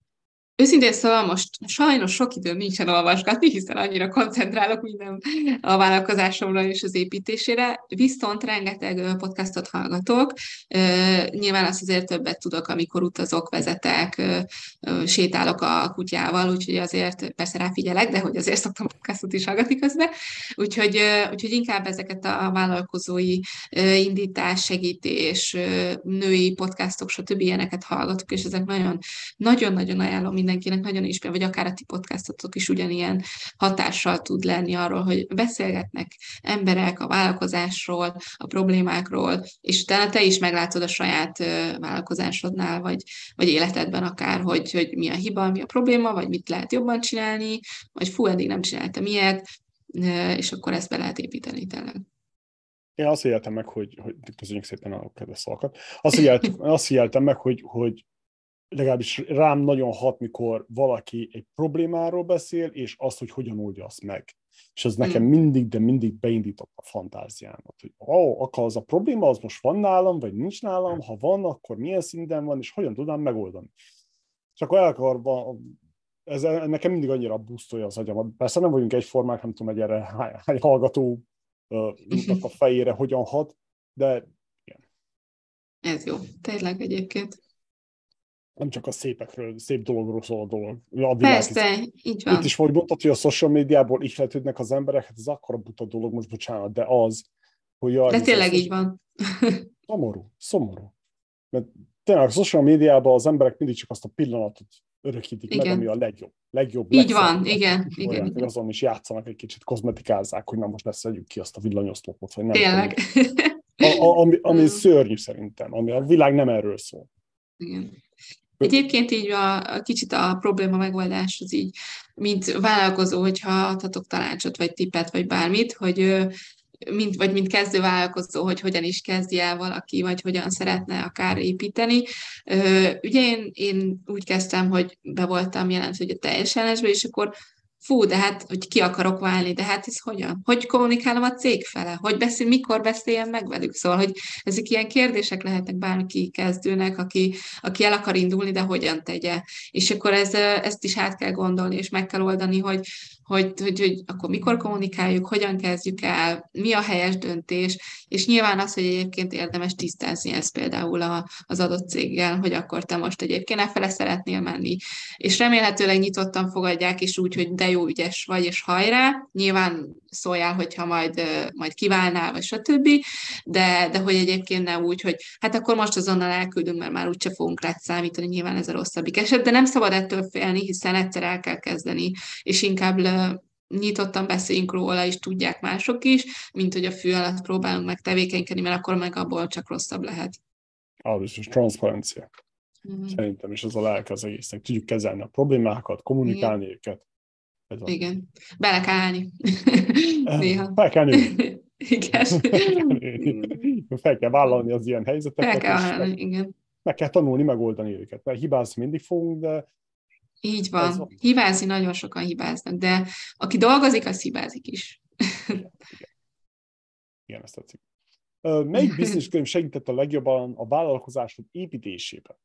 Őszintén szóval most sajnos sok időm nincsen olvasgatni, hiszen annyira koncentrálok minden a vállalkozásomra és az építésére, viszont rengeteg podcastot hallgatok. Nyilván azt azért többet tudok, amikor utazok, vezetek, sétálok a kutyával, úgyhogy azért persze ráfigyelek, de hogy azért szoktam podcastot is hallgatni közben. Úgyhogy inkább ezeket a vállalkozói indítás, segítés, női podcastok, stb. Ilyeneket hallgatok, és ezek nagyon-nagyon ajánlom mindenkinek, nagyon is, vagy akár a ti podcastotok is ugyanilyen hatással tud lenni arról, hogy beszélgetnek emberek a vállalkozásról, a problémákról, és utána te is meglátod a saját vállalkozásodnál, vagy életedben akár, hogy mi a hiba, mi a probléma, vagy mit lehet jobban csinálni, vagy fú, eddig nem csináltam ilyet, és akkor ezt be lehet építeni tényleg. Én azt éltem meg, hogy köszönjük szépen a kedves szavakat, azt éltem meg, hogy legalábbis rám nagyon hat, mikor valaki egy problémáról beszél, és azt, hogy hogyan oldja azt meg. És ez nekem mindig, de mindig beindított a fantáziámat, hogy akkor az a probléma, az most van nálam, vagy nincs nálam, ha van, akkor milyen szinten van, és hogyan tudnám megoldani. És akkor elkarva, ez nekem mindig annyira boostolja az agyamat. Persze nem vagyunk egyformák, nem tudom, hogy erre hány hallgatónak a fejére hogyan hat, de igen. Ez jó, tényleg egyébként. Nem csak a szép dologról szól a dolog. A Persze, így van. Itt is vagy mondtad, hogy a social médiából ihletődnek az emberek, hát ez akkora buta dolog, most bocsánat, de az, hogy... De tényleg így van. Szomorú. Mert tényleg a social médiában az emberek mindig csak azt a pillanatot örökítik meg, ami a legjobb. Így van, igen. Azon is játszanak egy kicsit, kozmetikálzák, hogy na most leszedjük ki azt a villanyoszlopot, vagy nem. Tényleg. Ami szörnyű szerintem, ami a világ nem erről szól. Igen. Egyébként így kicsit a probléma megoldás az így, mint vállalkozó, hogyha adhatok tanácsot, vagy tippet, vagy bármit, hogy mint kezdő vállalkozó, hogy hogyan is kezdje el valaki, vagy hogyan szeretne akár építeni. Ugye én úgy kezdtem, hogy be voltam jelentve a teljes ellensbe, és akkor de hát, hogy ki akarok válni, de hát ez hogyan? Hogy kommunikálom a cég fele? Mikor beszéljem meg velük? Szóval, hogy ezek ilyen kérdések lehetnek bárki kezdőnek, aki el akar indulni, de hogyan tegye. És akkor ezt is át kell gondolni, és meg kell oldani, hogy akkor mikor kommunikáljuk, hogyan kezdjük el, mi a helyes döntés, és nyilván az, hogy egyébként érdemes tisztázni ezt például az adott céggel, hogy akkor te most egyébként efele szeretnél menni, és remélhetőleg nyitottan fogadják, és úgy, hogy de jó ügyes vagy, és hajrá, nyilván szóljál, hogyha majd kiválnál, vagy stb., de hogy egyébként ne úgy, hogy hát akkor most azonnal elküldünk, mert már úgyse fogunk rá számítani, nyilván ez a rosszabbik eset, de nem szabad ettől félni, hiszen egyszer el kell kezdeni, és inkább nyitottan beszéljünk róla, és tudják mások is, mint hogy a fű alatt próbálunk meg tevékenykedni, mert akkor meg abból csak rosszabb lehet. És transzparencia. Szerintem is az a lelke az egésznek. Tudjuk kezelni a problémákat, kommunikálni őket. Igen. Bele kell állni. Néha. Fel kell nőni. Igen. Fel kell vállalni az ilyen helyzeteket. Fel kell vállalni, igen. Meg kell tanulni, megoldani őket. Mert hibázni mindig fogunk, de... Így van. Hibázni nagyon sokan hibáznak, de aki dolgozik, az hibázik is. Igen, ezt tetszik. Melyik business könyv segített a legjobban a vállalkozásod építésében?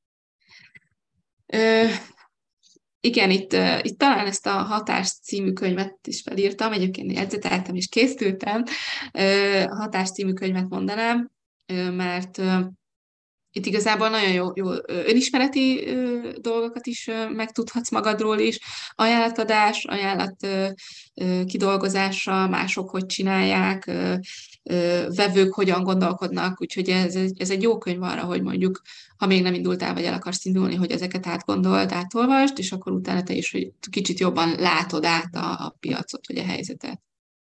Igen, itt talán ezt a Hatás című könyvet is felírtam, egyébként jegyzeteltem és készültem. A Hatás című könyvet mondanám, mert itt igazából nagyon jó önismereti dolgokat is megtudhatsz magadról is, ajánlatadás, ajánlat kidolgozása, mások hogy csinálják, vevők hogyan gondolkodnak, úgyhogy ez egy jó könyv arra, hogy mondjuk, ha még nem indultál, vagy el akarsz indulni, hogy ezeket átgondold, átolvasd, és akkor utána te is, hogy kicsit jobban látod át a piacot, vagy a helyzetet.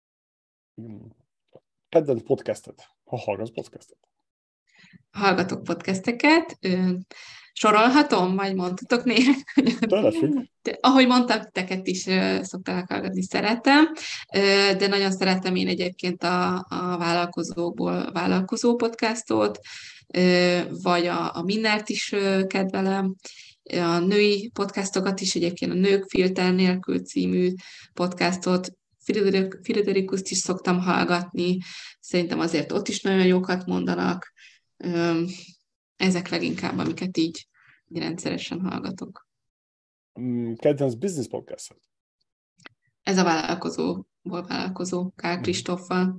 Kedvenc podcastet, ha hallgatsz podcastet. Hallgatok podcasteket, sorolhatom, vagy mondhatok néha? Ahogy mondtam, teket is szokták hallgatni, szeretem, de nagyon szeretem én egyébként a vállalkozókból vállalkozó podcastot, vagy a Minnert is kedvelem, a női podcastokat is, egyébként a Nők filter nélkül című podcastot, Friderikuszt is szoktam hallgatni, szerintem azért ott is nagyon jókat mondanak. Ezek leginkább, amiket így rendszeresen hallgatok. Kedvenc business podcast? Ez a vállalkozó Kál Kristóffal.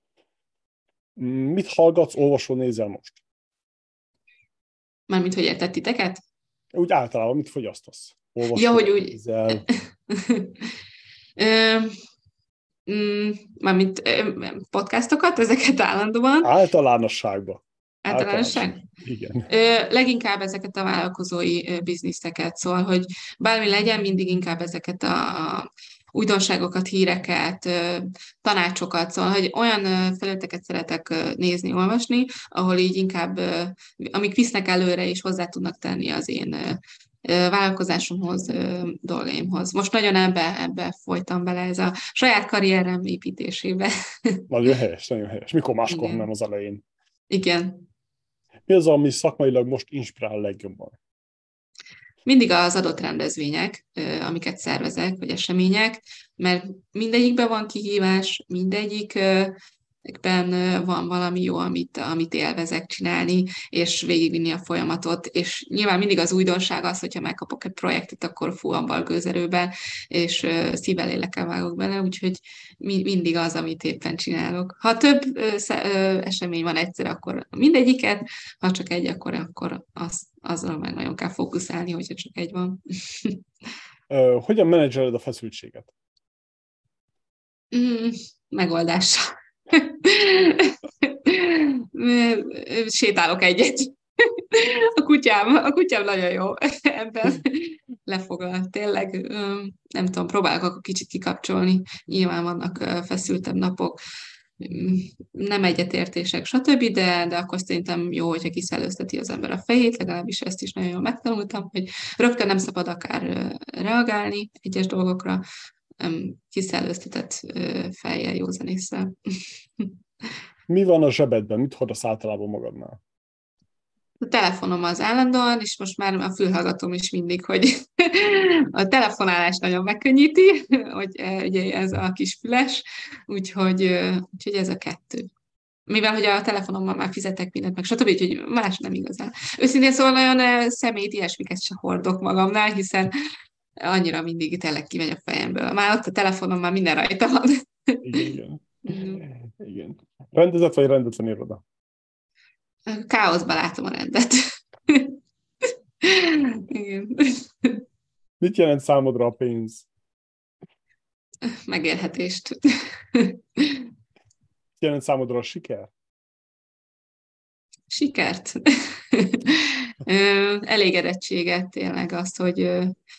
Mit hallgatsz, olvasol, nézel most? Mármint, hogy érted titeket? Úgy általában mit fogyasztasz? Ja, Olvasol, hogy úgy... nézel? Ö, Mármint podcastokat, ezeket állandóan. Általánosságban. Általánosság? Igen. Leginkább ezeket a vállalkozói bizniszteket, szóval, hogy bármi legyen, mindig inkább ezeket a újdonságokat, híreket, tanácsokat, szóval, hogy olyan felületeket szeretek nézni, olvasni, ahol így inkább, amik visznek előre és hozzá tudnak tenni az én vállalkozásomhoz, dolgaimhoz. Most nagyon ebbe folytam bele, ez a saját karrierem építésébe. Nagyon helyes, nagyon helyes. Mikor máskor, nem Igen. az elején. Igen. Mi az, ami szakmailag most inspirál legjobban? Mindig az adott rendezvények, amiket szervezek, vagy események, mert mindegyikben van kihívás, mindegyikben van valami jó, amit élvezek csinálni, és végigvinni a folyamatot, és nyilván mindig az újdonság az, hogyha megkapok egy projektet, akkor fú, abban gőzerőben, és szívvel lélekkel vágok bele, úgyhogy mindig az, amit éppen csinálok. Ha több esemény van egyszer, akkor mindegyiket, ha csak egy, akkor azzal meg nagyon kell fókuszálni, hogyha csak egy van. Hogyan menedzseled a feszültséget? Megoldással. Sétálok egyet. A kutyám nagyon jó ebben lefoglal. Tényleg, nem tudom, próbálok akkor kicsit kikapcsolni. Nyilván vannak feszültebb napok, nem egyetértések, stb., de akkor szerintem jó, hogyha kiszellőzteti az ember a fejét, legalábbis ezt is nagyon jól megtanultam, hogy rögtön nem szabad akár reagálni egyes dolgokra, kiszellőztetett fejjel, józanésszel. Mi van a zsebedben? Mit hordasz általában magadnál? A telefonom az állandóan, és most már a fülhallgatom is mindig, hogy a telefonálás nagyon megkönnyíti, hogy ugye ez a kis füles, úgyhogy ez a kettő. Mivel, hogy a telefonommal már fizetek mindent, meg stb., úgyhogy más nem igazán. Őszintén szóval nagyon szemét, ilyesmiket se hordok magamnál, hiszen annyira mindig tényleg kimegy a fejemből. Már ott a telefonom, már minden rajta van. Igen. Igen. Rendezett vagy rendetlen iroda? Káoszban látom a rendet. Igen. Mit jelent számodra a pénz? Megélhetést. Mit jelent számodra a siker? Sikert. Elégedettséget, tényleg azt, hogy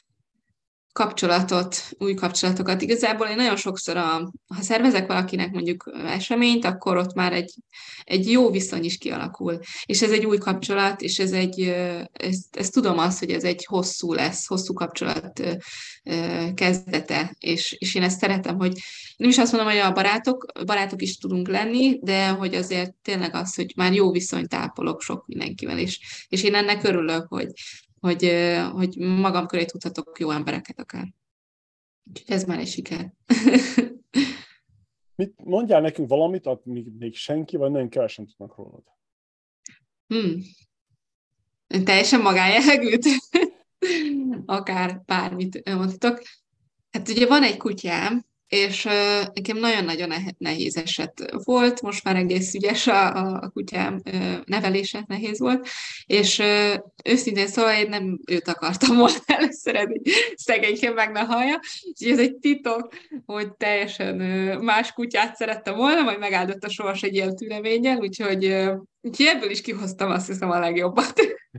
új kapcsolatokat. Igazából én nagyon sokszor, ha szervezek valakinek mondjuk eseményt, akkor ott már egy jó viszony is kialakul. És ez egy új kapcsolat, és ez tudom azt, hogy ez egy hosszú kapcsolat kezdete, és én ezt szeretem, hogy nem is azt mondom, hogy a barátok is tudunk lenni, de hogy azért tényleg az, hogy már jó viszonyt ápolok sok mindenkivel, és én ennek örülök, hogy magam köré tudhatok jó embereket akár. Úgyhogy ez már egy siker. Mondjál nekünk valamit, amit még senki, vagy nagyon kevesen tudnak rólad. Teljesen magánjellegűt? Akár bármit mondhatok. Hát ugye van egy kutyám, és nekem nagyon-nagyon nehéz eset volt, most már egész ügyes a kutyám nevelése nehéz volt, és őszintén szóval én nem őt akartam volna először, ez egy szegényként meg ne hallja, úgyhogy ez egy titok, hogy teljesen más kutyát szerettem volna, majd megáldott a sors egy ilyen tüleménnyel, úgyhogy ebből is kihoztam azt hiszem a legjobbat.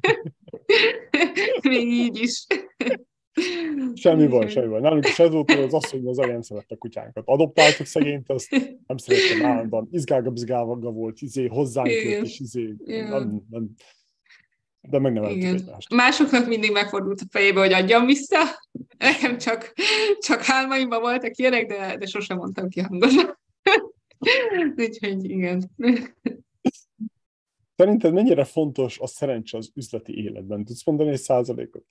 Még így is. Semmi baj. Nálunk is ez volt, az asszony az nem szerette kutyánkat. Adoptáltuk szegényt, azt nem szerettem állandóan. Izgálga volt, hozzánk jött, és nem, de megneveltük egymást. Másoknak mindig megfordult a fejébe, hogy adjam vissza. Nekem csak álmaimban voltak ilyenek, de sosem mondtam ki hangosan. Úgyhogy igen. Szerinted mennyire fontos a szerencse az üzleti életben? Tudsz mondani egy százalékot?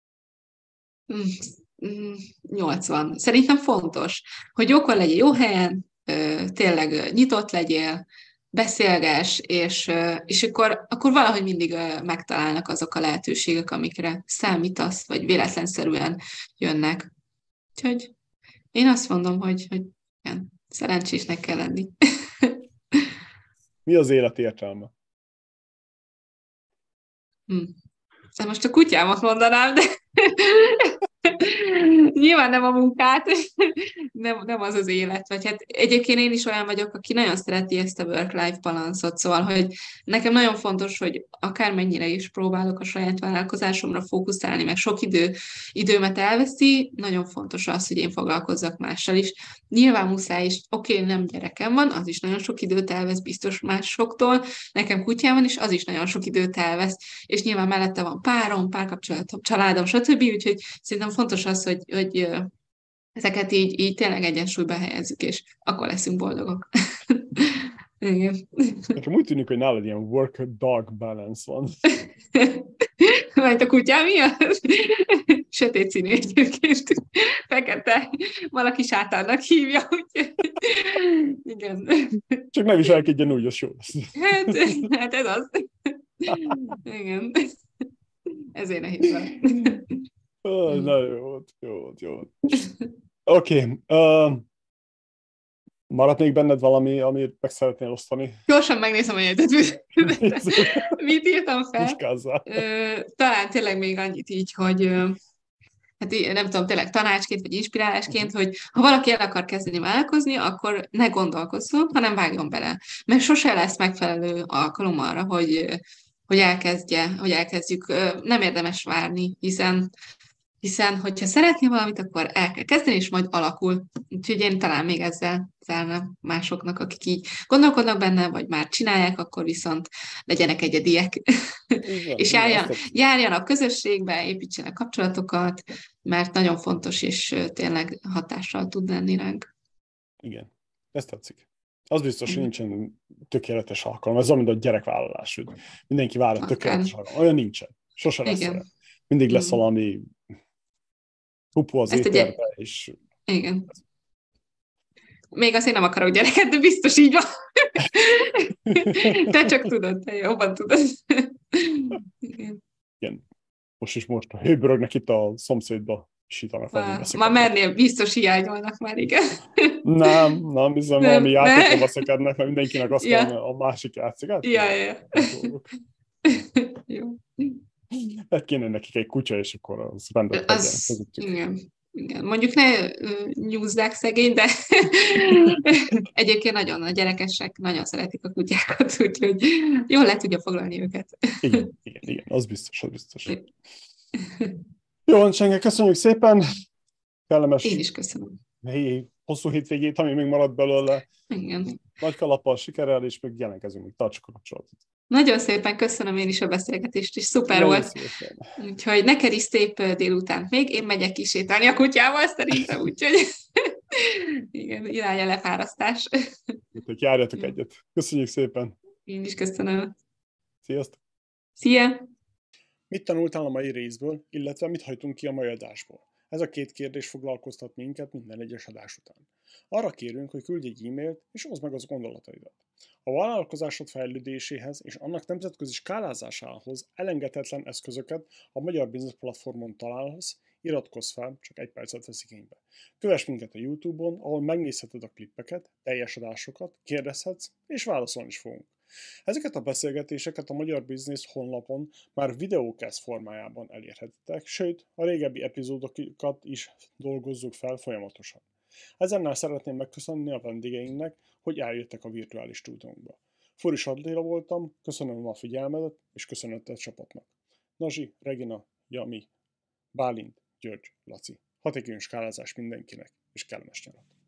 80. Szerintem fontos, hogy jókor legyél jó helyen, tényleg nyitott legyél, beszélgess, és akkor valahogy mindig megtalálnak azok a lehetőségek, amikre számítasz, vagy véletlenszerűen jönnek. Úgyhogy én azt mondom, hogy igen, szerencsésnek kell lenni. Mi az élet értelme? De most a kutyámat mondanám, de nyilván nem a munkát, nem az az élet. Vagy hát egyébként én is olyan vagyok, aki nagyon szereti ezt a work-life balanszot, szóval, hogy nekem nagyon fontos, hogy akármennyire is próbálok a saját vállalkozásomra fókuszálni, meg sok időmet elveszi, nagyon fontos az, hogy én foglalkozzak mással is. Nyilván muszáj is, oké, nem gyerekem van, az is nagyon sok időt elvesz biztos másoktól, nekem kutyám van, és az is nagyon sok időt elvesz, és nyilván mellette van párom, párkapcsolatom, családom, stb. Úgyhogy szerintem fontos az, hogy ezeket így tényleg egyensúlyba helyezzük, és akkor leszünk boldogok. Igen. Nekem úgy tűnik, hogy nálad ilyen work-dog balance van. Mert a kutyám miatt? Sötét színű egyébként. Fekete. Valaki sátánnak hívja, úgyhogy igen. Csak nem is elkedjen úgy, az jó lesz. Hát ez az. Igen. Ezért nehéz vele. Na jó volt. Oké. Maradt még benned valami, amit meg szeretnél osztani? Gyorsan megnézem a jegyzetűt. Mit írtam fel? Talán tényleg még annyit így, hogy hát nem tudom, tényleg tanácsként vagy inspirálásként, hogy ha valaki el akar kezdeni vállalkozni, akkor ne gondolkozzon, hanem vágjon bele. Mert sose lesz megfelelő alkalom arra, hogy elkezdjük. Nem érdemes várni, hiszen hogyha szeretné valamit, akkor el kell kezdeni, és majd alakul. Úgyhogy én talán még ezzel zárnám másoknak, akik így gondolkodnak benne, vagy már csinálják, akkor viszont legyenek egyediek. Igen, És járjanak közösségbe, építsenek kapcsolatokat, mert nagyon fontos, és tényleg hatással tud lenni ránk. Igen, ezt tetszik. Az biztos, hogy nincsen tökéletes alkalom. Ez olyan, mint a gyerekvállalás. Mindenki vár a tökéletes alkalom. Olyan nincsen. Sose lesz olyan. Mindig lesz valami pupu az éterbe, és... Igen. Még azt én nem akarok gyereket, de biztos így van. Te csak tudod, te jobban tudod. Igen. Most hőbörögnek itt a szomszédba, sítanak valami Már mernél, biztos hiányolnak már, igen. Nem, hiszen valami játékra veszekednek, mert mindenkinek azt kell a másik játszik. Ja. Jó. Hát kéne nekik egy kutya, és akkor az rendet tegyen. Igen. Mondjuk ne nyúzzák szegény, de egyébként nagyon a gyerekesek nagyon szeretik a kutyákat, úgyhogy jól le tudja foglalni őket. Igen, az biztos. Jó, Csenge, köszönjük szépen. Kellemes. Én is köszönöm. Hosszú hétvégét, ami még maradt belőle. Igen. Nagy kalappal, sikerrel, és még jelentkezünk, még tartsuk a kapcsolatot. Nagyon szépen köszönöm én is a beszélgetést, és szuper volt. Szépen. Úgyhogy neked is szép délután még. Én megyek kisétálni a kutyával szerintem, úgyhogy igen, irány a lefárasztás. Úgyhogy járjatok egyet. Köszönjük szépen. Én is köszönöm. Sziasztok. Szia! Mit tanultál a mai részből, illetve mit hagytunk ki a mai adásból? Ez a két kérdés foglalkoztat minket minden egyes adás után. Arra kérünk, hogy küldj egy e-mailt, és oszd meg az gondolataidat. A vállalkozásod fejlődéséhez és annak nemzetközi skálázásához elengedhetetlen eszközöket a Magyar Business Platformon találsz, iratkozz fel, csak 1 percet vesz igénybe. Kövess minket a YouTube-on, ahol megnézheted a klippeket, teljes adásokat, kérdezhetsz, és válaszolni is fogunk. Ezeket a beszélgetéseket a Magyar Business honlapon már videókast formájában elérhetitek, sőt, a régebbi epizódokat is dolgozzuk fel folyamatosan. Ezennel szeretném megköszönni a vendégeinknek, hogy eljöttek a virtuális stúdiónkba. Furis Attila voltam, köszönöm a figyelmedet, és köszönöttet csapatnak. Nazsi, Regina, Jami, Bálint, György, Laci. Hatékony skálázás mindenkinek, és kellemes nyarat!